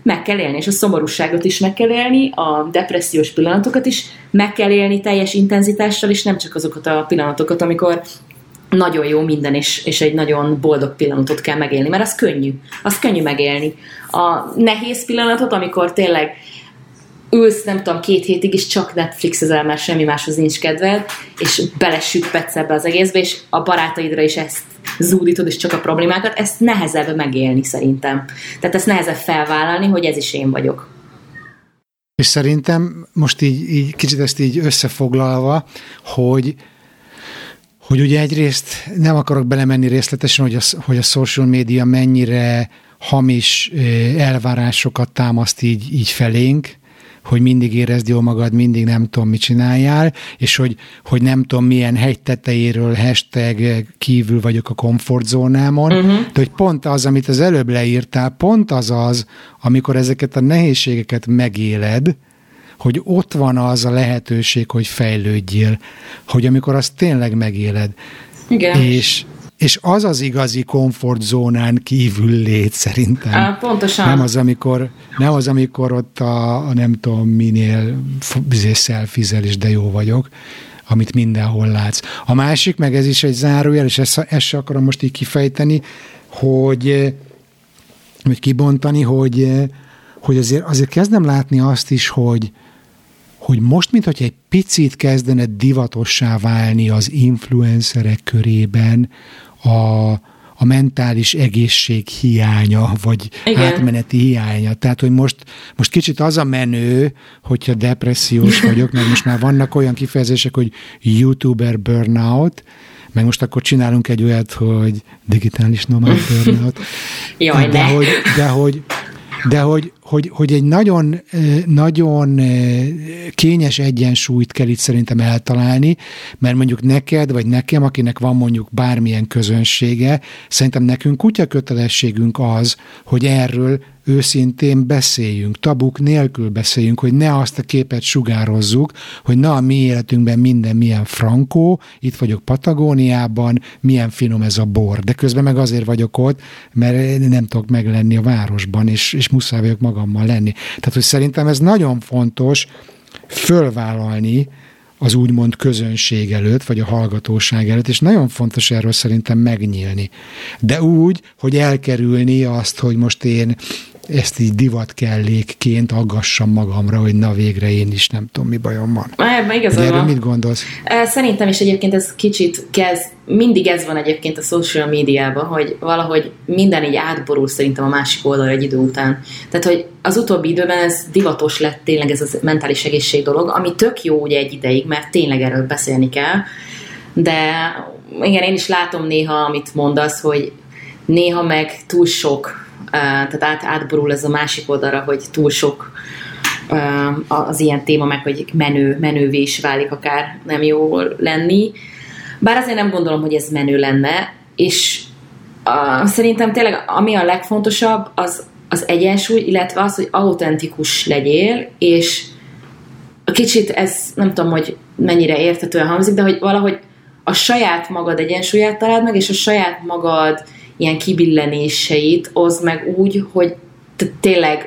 meg kell élni, és a szomorúságot is meg kell élni, a depressziós pillanatokat is meg kell élni teljes intenzitással, és nem csak azokat a pillanatokat, amikor nagyon jó minden, és egy nagyon boldog pillanatot kell megélni, mert az könnyű megélni. A nehéz pillanatot, amikor tényleg ülsz, nem tudom, 2 hétig is csak Netflixezel, mert semmi máshoz nincs kedved, és belesüppedsz ebbe az egészbe, és a barátaidra is ezt zúdítod, és csak a problémákat, ezt nehezebb megélni szerintem. Tehát ezt nehezebb felvállalni, hogy ez is én vagyok. És szerintem most így kicsit ezt így összefoglalva, hogy ugye egyrészt nem akarok belemenni részletesen, hogy a social media mennyire hamis elvárásokat támaszt így felénk, hogy mindig érezd jól magad, mindig nem tudom, mit csináljál, és hogy nem tudom, milyen hegy tetejéről #kívül vagyok a komfortzónámon, de hogy pont az, amit az előbb leírtál, pont az, amikor ezeket a nehézségeket megéled, hogy ott van az a lehetőség, hogy fejlődjél, hogy amikor azt tényleg megéled. Igen. És az az igazi komfortzónán kívül lét szerintem. Pontosan. Nem az, amikor ott a nem tudom minél szelfizel, és de jó vagyok, amit mindenhol látsz. A másik, meg ez is egy zárójel, és ezt se akarom most így kifejteni, hogy kibontani, hogy azért kezdem látni azt is, hogy most, mintha egy picit kezdene divatossá válni az influencerek körében a mentális egészség hiánya, vagy igen, átmeneti hiánya. Tehát, hogy most kicsit az a menő, hogyha depressziós vagyok, mert most már vannak olyan kifejezések, hogy YouTuber burnout, meg most akkor csinálunk egy olyat, hogy digitális nomád burnout. Jaj, de hogy egy nagyon, nagyon kényes egyensúlyt kell itt szerintem eltalálni, mert mondjuk neked, vagy nekem, akinek van mondjuk bármilyen közönsége, szerintem nekünk kutyakötelességünk az, hogy erről őszintén beszéljünk, tabuk nélkül beszéljünk, hogy ne azt a képet sugározzuk, hogy na, a mi életünkben minden milyen frankó, itt vagyok Patagóniában, milyen finom ez a bor, de közben meg azért vagyok ott, mert nem tudok meglenni a városban, és muszáj vagyok magammal lenni. Tehát, hogy szerintem ez nagyon fontos fölvállalni az úgymond közönség előtt, vagy a hallgatóság előtt, és nagyon fontos erről szerintem megnyílni. De hogy elkerülni azt, hogy most én ezt így divatkellékként aggassam magamra, hogy na végre én is nem tudom, mi bajom van. Erről mit gondolsz? Szerintem is egyébként ez kicsit mindig ez van egyébként a social médiában, hogy valahogy minden így átborul szerintem a másik oldalra egy idő után. Tehát, hogy az utóbbi időben ez divatos lett tényleg ez a mentális egészség dolog, ami tök jó ugye egy ideig, mert tényleg erről beszélni kell, de igen, én is látom néha, amit mondasz, hogy néha meg túl sok, tehát átborul ez a másik oldalra, hogy túl sok az ilyen téma, meg hogy menővé is válik akár nem jó lenni. Bár azért nem gondolom, hogy ez menő lenne, és szerintem tényleg ami a legfontosabb, az egyensúly, illetve az, hogy autentikus legyél, és kicsit ez nem tudom, hogy mennyire érthetően hangzik, de hogy valahogy a saját magad egyensúlyát találd meg, és a saját magad ilyen kibillenéseit oszd meg úgy, hogy tényleg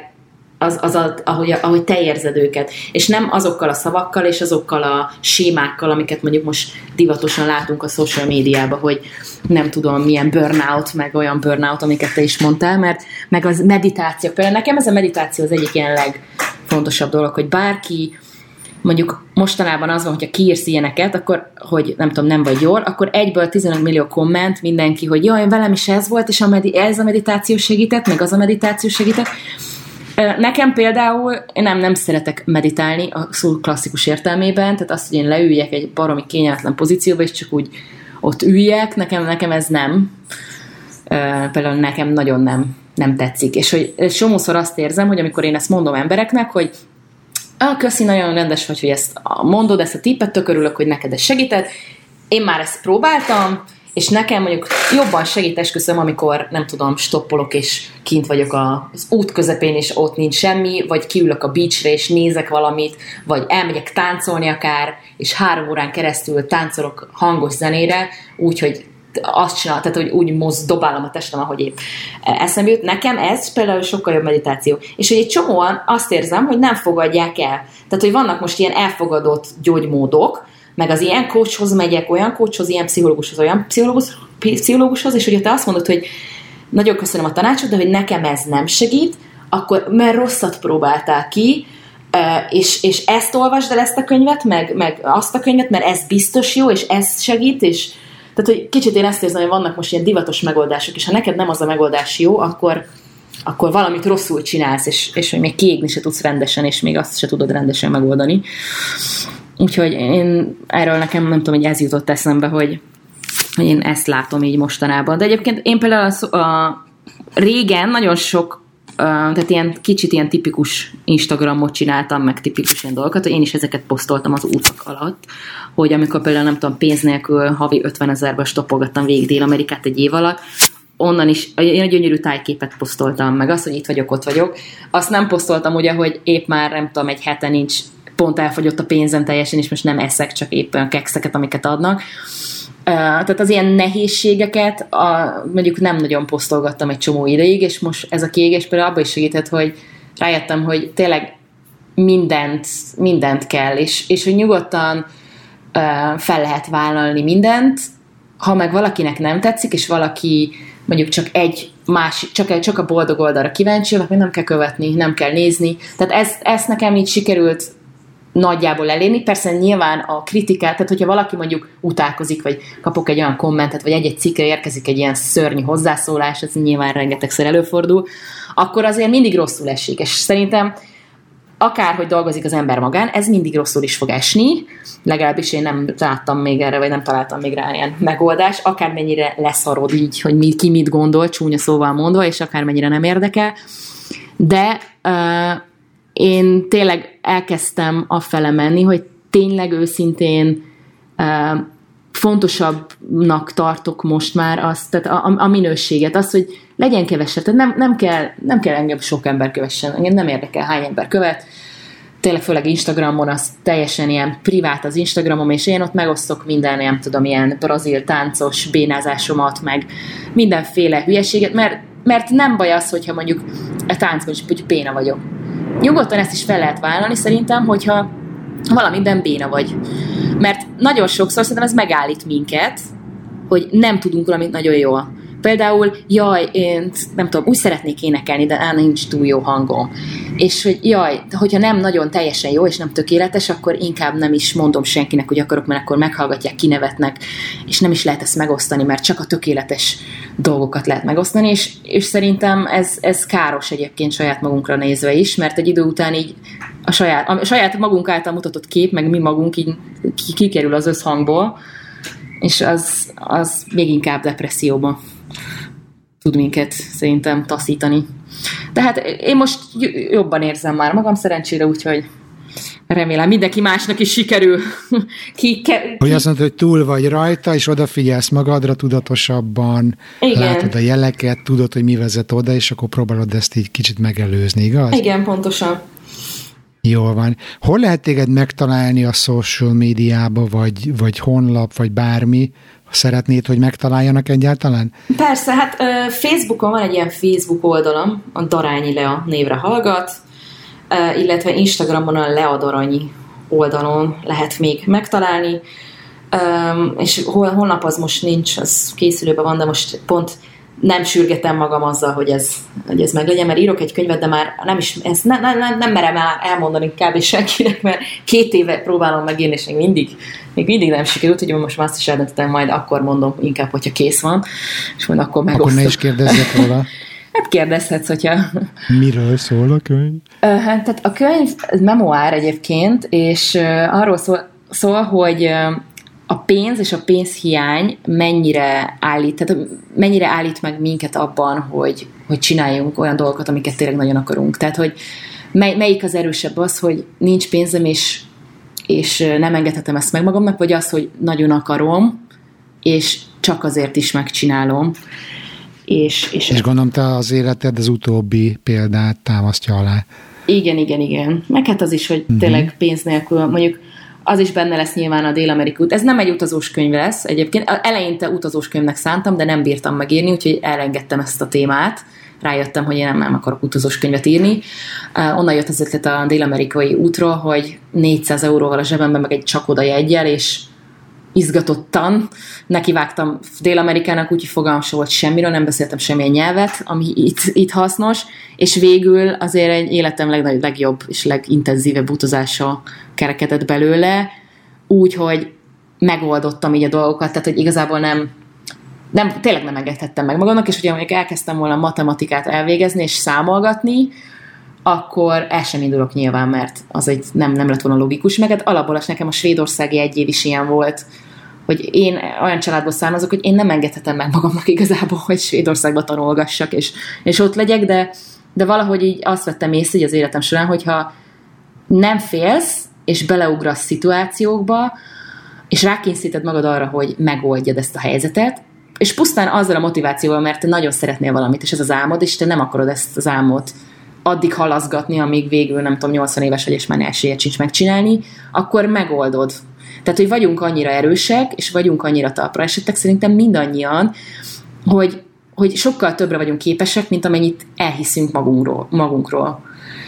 ahogy te érzed őket. És nem azokkal a szavakkal, és azokkal a sémákkal, amiket mondjuk most divatosan látunk a social médiában, hogy nem tudom, milyen burnout, meg olyan burnout, amiket te is mondtál, mert meg az meditáció. Például nekem ez a meditáció az egyik ilyen legfontosabb dolog, hogy bárki mondjuk mostanában az van, hogyha kiírsz ilyeneket, akkor, hogy nem tudom, nem vagy jól, akkor egyből 15 millió komment mindenki, hogy jaj, velem is ez volt, és ez a meditáció segített, meg az a meditáció segített. Nekem például, én nem szeretek meditálni a szó klasszikus értelmében, tehát azt, hogy én leüljek egy baromi kényelmetlen pozícióba, és csak úgy ott üljek, nekem ez nem. Például nekem nagyon nem tetszik. És hogy somószor azt érzem, hogy amikor én ezt mondom embereknek, hogy köszi, nagyon rendes vagy, hogy ezt mondod, ezt a tippet, tök örülök, hogy neked ez segített. Én már ezt próbáltam, és nekem mondjuk jobban segít, esküszöm, amikor nem tudom, stoppolok, és kint vagyok az út közepén, és ott nincs semmi, vagy kiülök a beachre, és nézek valamit, vagy elmegyek táncolni akár, és 3 órán keresztül táncolok hangos zenére, úgyhogy azt csinál, tehát hogy úgy dobálom a testem, ahogy épp eszembe jut. Nekem ez például sokkal jobb meditáció. És hogy egy csomóan azt érzem, hogy nem fogadják el. Tehát, hogy vannak most ilyen elfogadott gyógymódok, meg az ilyen coachhoz megyek, olyan coachhoz, ilyen pszichológushoz, olyan pszichológushoz, és hogyha te azt mondod, hogy nagyon köszönöm a tanácsot, de hogy nekem ez nem segít, akkor mert rosszat próbáltál ki, és ezt olvasd el, ezt a könyvet, meg azt a könyvet, mert ez biztos jó, és ez segít, és tehát, hogy kicsit én ezt érzem, hogy vannak most ilyen divatos megoldások, és ha neked nem az a megoldás jó, akkor valamit rosszul csinálsz, és hogy még kiégni se tudsz rendesen, és még azt se tudod rendesen megoldani. Úgyhogy én erről nekem nem tudom, hogy ez jutott eszembe, hogy én ezt látom így mostanában. De egyébként én például régen nagyon sok, tehát kicsit ilyen tipikus Instagramot csináltam, meg tipikus ilyen dolgokat, hogy én is ezeket posztoltam az útak alatt, hogy amikor például nem tudom, pénz nélkül havi 50 000-be stoppolgattam végig Dél-Amerikát egy év alatt, onnan is egy gyönyörű tájképet posztoltam, meg azt, hogy itt vagyok, ott vagyok. Azt nem posztoltam ugye, hogy épp már nem tudom, egy hete nincs, pont elfogyott a pénzem teljesen, és most nem eszek, csak éppen kekszeket, amiket adnak. Tehát az ilyen nehézségeket mondjuk nem nagyon posztolgattam egy csomó ideig, és most ez a kiégés például abban is segített, hogy rájöttem, hogy tényleg mindent kell, és hogy nyugodtan fel lehet vállalni mindent, ha meg valakinek nem tetszik, és valaki mondjuk csak a boldog oldalra kíváncsi, meg nem kell követni, nem kell nézni. Tehát ezt nekem így sikerült nagyjából elérni. Persze nyilván a kritikát, tehát hogyha valaki mondjuk utálkozik, vagy kapok egy olyan kommentet, vagy egy-egy cikkre érkezik egy ilyen szörnyű hozzászólás, ez nyilván rengetegszer előfordul, akkor azért mindig rosszul esik. És szerintem akárhogy dolgozik az ember magán, ez mindig rosszul is fog esni, legalábbis én nem láttam még erre, vagy nem találtam még rá ilyen megoldást, akármennyire leszarod így, hogy ki mit gondol, csúnya szóval mondva, és akármennyire nem érdekel, de én tényleg elkezdtem afele menni, hogy tényleg őszintén fontosabbnak tartok most már azt, tehát a minőséget, azt, hogy legyen kevesebb, tehát nem kell engem sok ember kövessen, engem nem érdekel, hány ember követ, tényleg főleg Instagramon, az teljesen ilyen privát az Instagramom, és én ott megosztok minden, nem tudom, ilyen brazil táncos bénázásomat, meg mindenféle hülyeséget, mert nem baj az, hogyha mondjuk a táncban is hogy béna vagyok. Nyugodtan ezt is fel lehet vállalni szerintem, hogyha valamiben béna vagy. Mert nagyon sokszor szerintem ez megállít minket, hogy nem tudunk valamit nagyon jól. Például, én nem tudom, úgy szeretnék énekelni, de nincs túl jó hangom. És hogy hogyha nem nagyon teljesen jó, és nem tökéletes, akkor inkább nem is mondom senkinek, hogy akarok, mert akkor meghallgatják, kinevetnek, és nem is lehet ezt megosztani, mert csak a tökéletes dolgokat lehet megosztani, és szerintem ez káros egyébként saját magunkra nézve is, mert egy idő után így a saját magunk által mutatott kép, meg mi magunk így kikerül az összhangból, és az még inkább depresszióba tud minket szerintem taszítani. Tehát én most jobban érzem már magam szerencsére, úgyhogy remélem mindenki másnak is sikerül. Hogy azt mondod, hogy túl vagy rajta, és odafigyelsz magadra tudatosabban, igen. Látod a jeleket, tudod, hogy mi vezet oda, és akkor próbálod ezt így kicsit megelőzni, igaz? Igen, pontosan. Jól van. Hol lehet téged megtalálni a social médiába, vagy honlap, vagy bármi? Szeretnéd, hogy megtaláljanak egyáltalán? Persze, hát Facebookon van egy ilyen Facebook oldalam, a Darányi Lea névre hallgat, illetve Instagramon a Lea Daranyi oldalon lehet még megtalálni, és honlap az most nincs, az készülőben van, de most pont nem sürgetem magam azzal, hogy ez meglegyen, mert írok egy könyvet, de már ezt nem merem elmondani kb. Senkinek, mert 2 éve próbálom megírni, és még mindig nem sikerült, hogy most már azt is eldöntöttem, majd akkor mondom inkább, hogyha kész van, és majd akkor megosztom. Akkor ne is kérdezzek róla. Hát kérdezhetsz, hogyha... Miről szól a könyv? Tehát a könyv memoár egyébként, és arról szól, hogy a pénz és a pénzhiány mennyire állít meg minket abban, hogy csináljunk olyan dolgokat, amiket tényleg nagyon akarunk. Tehát, hogy melyik az erősebb az, hogy nincs pénzem, és nem engedhetem ezt meg magamnak, vagy az, hogy nagyon akarom, és csak azért is megcsinálom. És gondolom, te az életed az utóbbi példát támasztja alá. Igen. Meg hát az is, hogy tényleg pénz nélkül, mondjuk Az is benne lesz nyilván a Dél-Amerikai út. Ez nem egy utazós könyv lesz egyébként. Eleinte utazós könyvnek szántam, de nem bírtam megírni, úgyhogy elengedtem ezt a témát. Rájöttem, hogy én nem akarok utazós könyvet írni. Onnan jött az ötlet a Dél-Amerikai útról, hogy 400 euróval a zsebemben, meg egy csak oda jeggyel, és izgatottan nekivágtam Dél-Amerikának, úgyhogy fogalmam sem volt semmiről, nem beszéltem semmilyen nyelvet, ami itt hasznos, és végül azért egy életem legjobb és legintenzívebb utazása kerekedett belőle, úgyhogy megoldottam így a dolgokat, tehát hogy igazából tényleg nem engedhettem meg magamnak, és hogyha mondjuk elkezdtem volna matematikát elvégezni és számolgatni, akkor el sem indulok nyilván, mert az egy nem lett volna logikus. Meg hát alapból nekem a svédországi 1 év is ilyen volt, hogy én olyan családból származok, hogy én nem engedhetem meg magamnak igazából, hogy Svédországba tanulgassak, és ott legyek, de valahogy így azt vettem észre az életem során, hogyha nem félsz, és beleugrasz szituációkba, és rákényszíted magad arra, hogy megoldjad ezt a helyzetet, és pusztán azzal a motivációval, mert te nagyon szeretnél valamit, és ez az álmod, és te nem akarod ezt az álmot addig halaszgatni, amíg végül, nem tudom, 80 éves vagy, és már esélyed sincs megcsinálni, akkor megoldod. Tehát, hogy vagyunk annyira erősek, és vagyunk annyira talpra esettek, szerintem mindannyian, hogy sokkal többre vagyunk képesek, mint amennyit elhiszünk magunkról.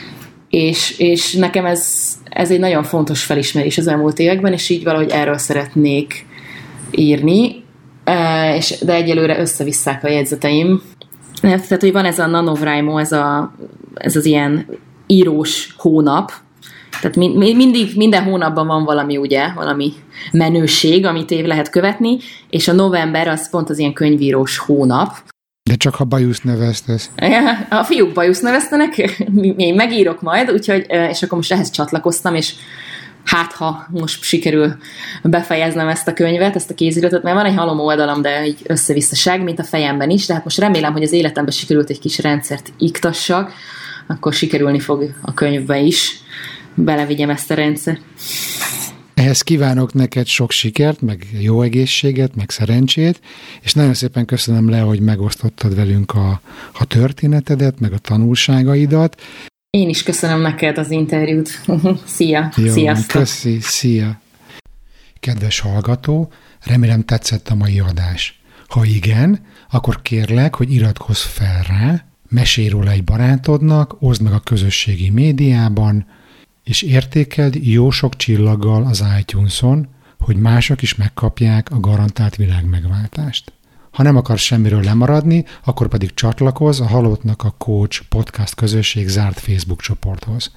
És nekem ez egy nagyon fontos felismerés az elmúlt években, és így valahogy erről szeretnék írni, de egyelőre összevisszák a jegyzeteim. Tehát, hogy van ez a NaNoWriMo, ez az ilyen írós hónap, tehát minden hónapban van valami, ugye, valami menőség, amit lehet követni, és a november az pont az ilyen könyvírós hónap. De csak ha bajusz neveztesz. A fiúk bajusz neveztenek, én megírok majd, úgyhogy, és akkor most ehhez csatlakoztam, és hát ha most sikerül befejeznem ezt a könyvet, ezt a kéziratot, mert van egy halom oldalam, de egy összevisszaság, mint a fejemben is, de hát most remélem, hogy az életemben sikerült egy kis rendszert iktassak, akkor sikerülni fog a könyvbe is. Belevigyem ezt a rendszert. Ehhez kívánok neked sok sikert, meg jó egészséget, meg szerencsét, és nagyon szépen köszönöm le, hogy megosztottad velünk a történetedet, meg a tanulságaidat. Én is köszönöm neked az interjút. Szia! Jó, sziasztok! Köszi, szia! Kedves hallgató, remélem tetszett a mai adás. Ha igen, akkor kérlek, hogy iratkozz fel rá, mesélj róla egy barátodnak, oszd meg a közösségi médiában, és értékeld jó sok csillaggal az iTunes-on, hogy mások is megkapják a garantált világmegváltást. Ha nem akarsz semmiről lemaradni, akkor pedig csatlakozz a Halottnak a Coach podcast közösség zárt Facebook csoporthoz.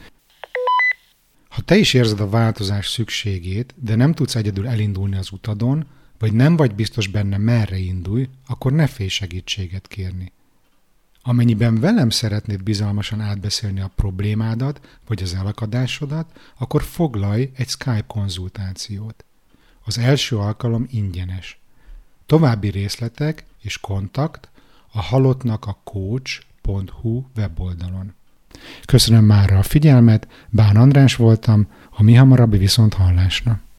Ha te is érzed a változás szükségét, de nem tudsz egyedül elindulni az utadon, vagy nem vagy biztos benne, merre indulj, akkor ne félj segítséget kérni. Amennyiben velem szeretnéd bizalmasan átbeszélni a problémádat, vagy az elakadásodat, akkor foglalj egy Skype konzultációt. Az első alkalom ingyenes. További részletek és kontakt a halottnakacoach.hu weboldalon. Köszönöm mára a figyelmet, Bán András voltam, a mihamarabbi viszonthallásra.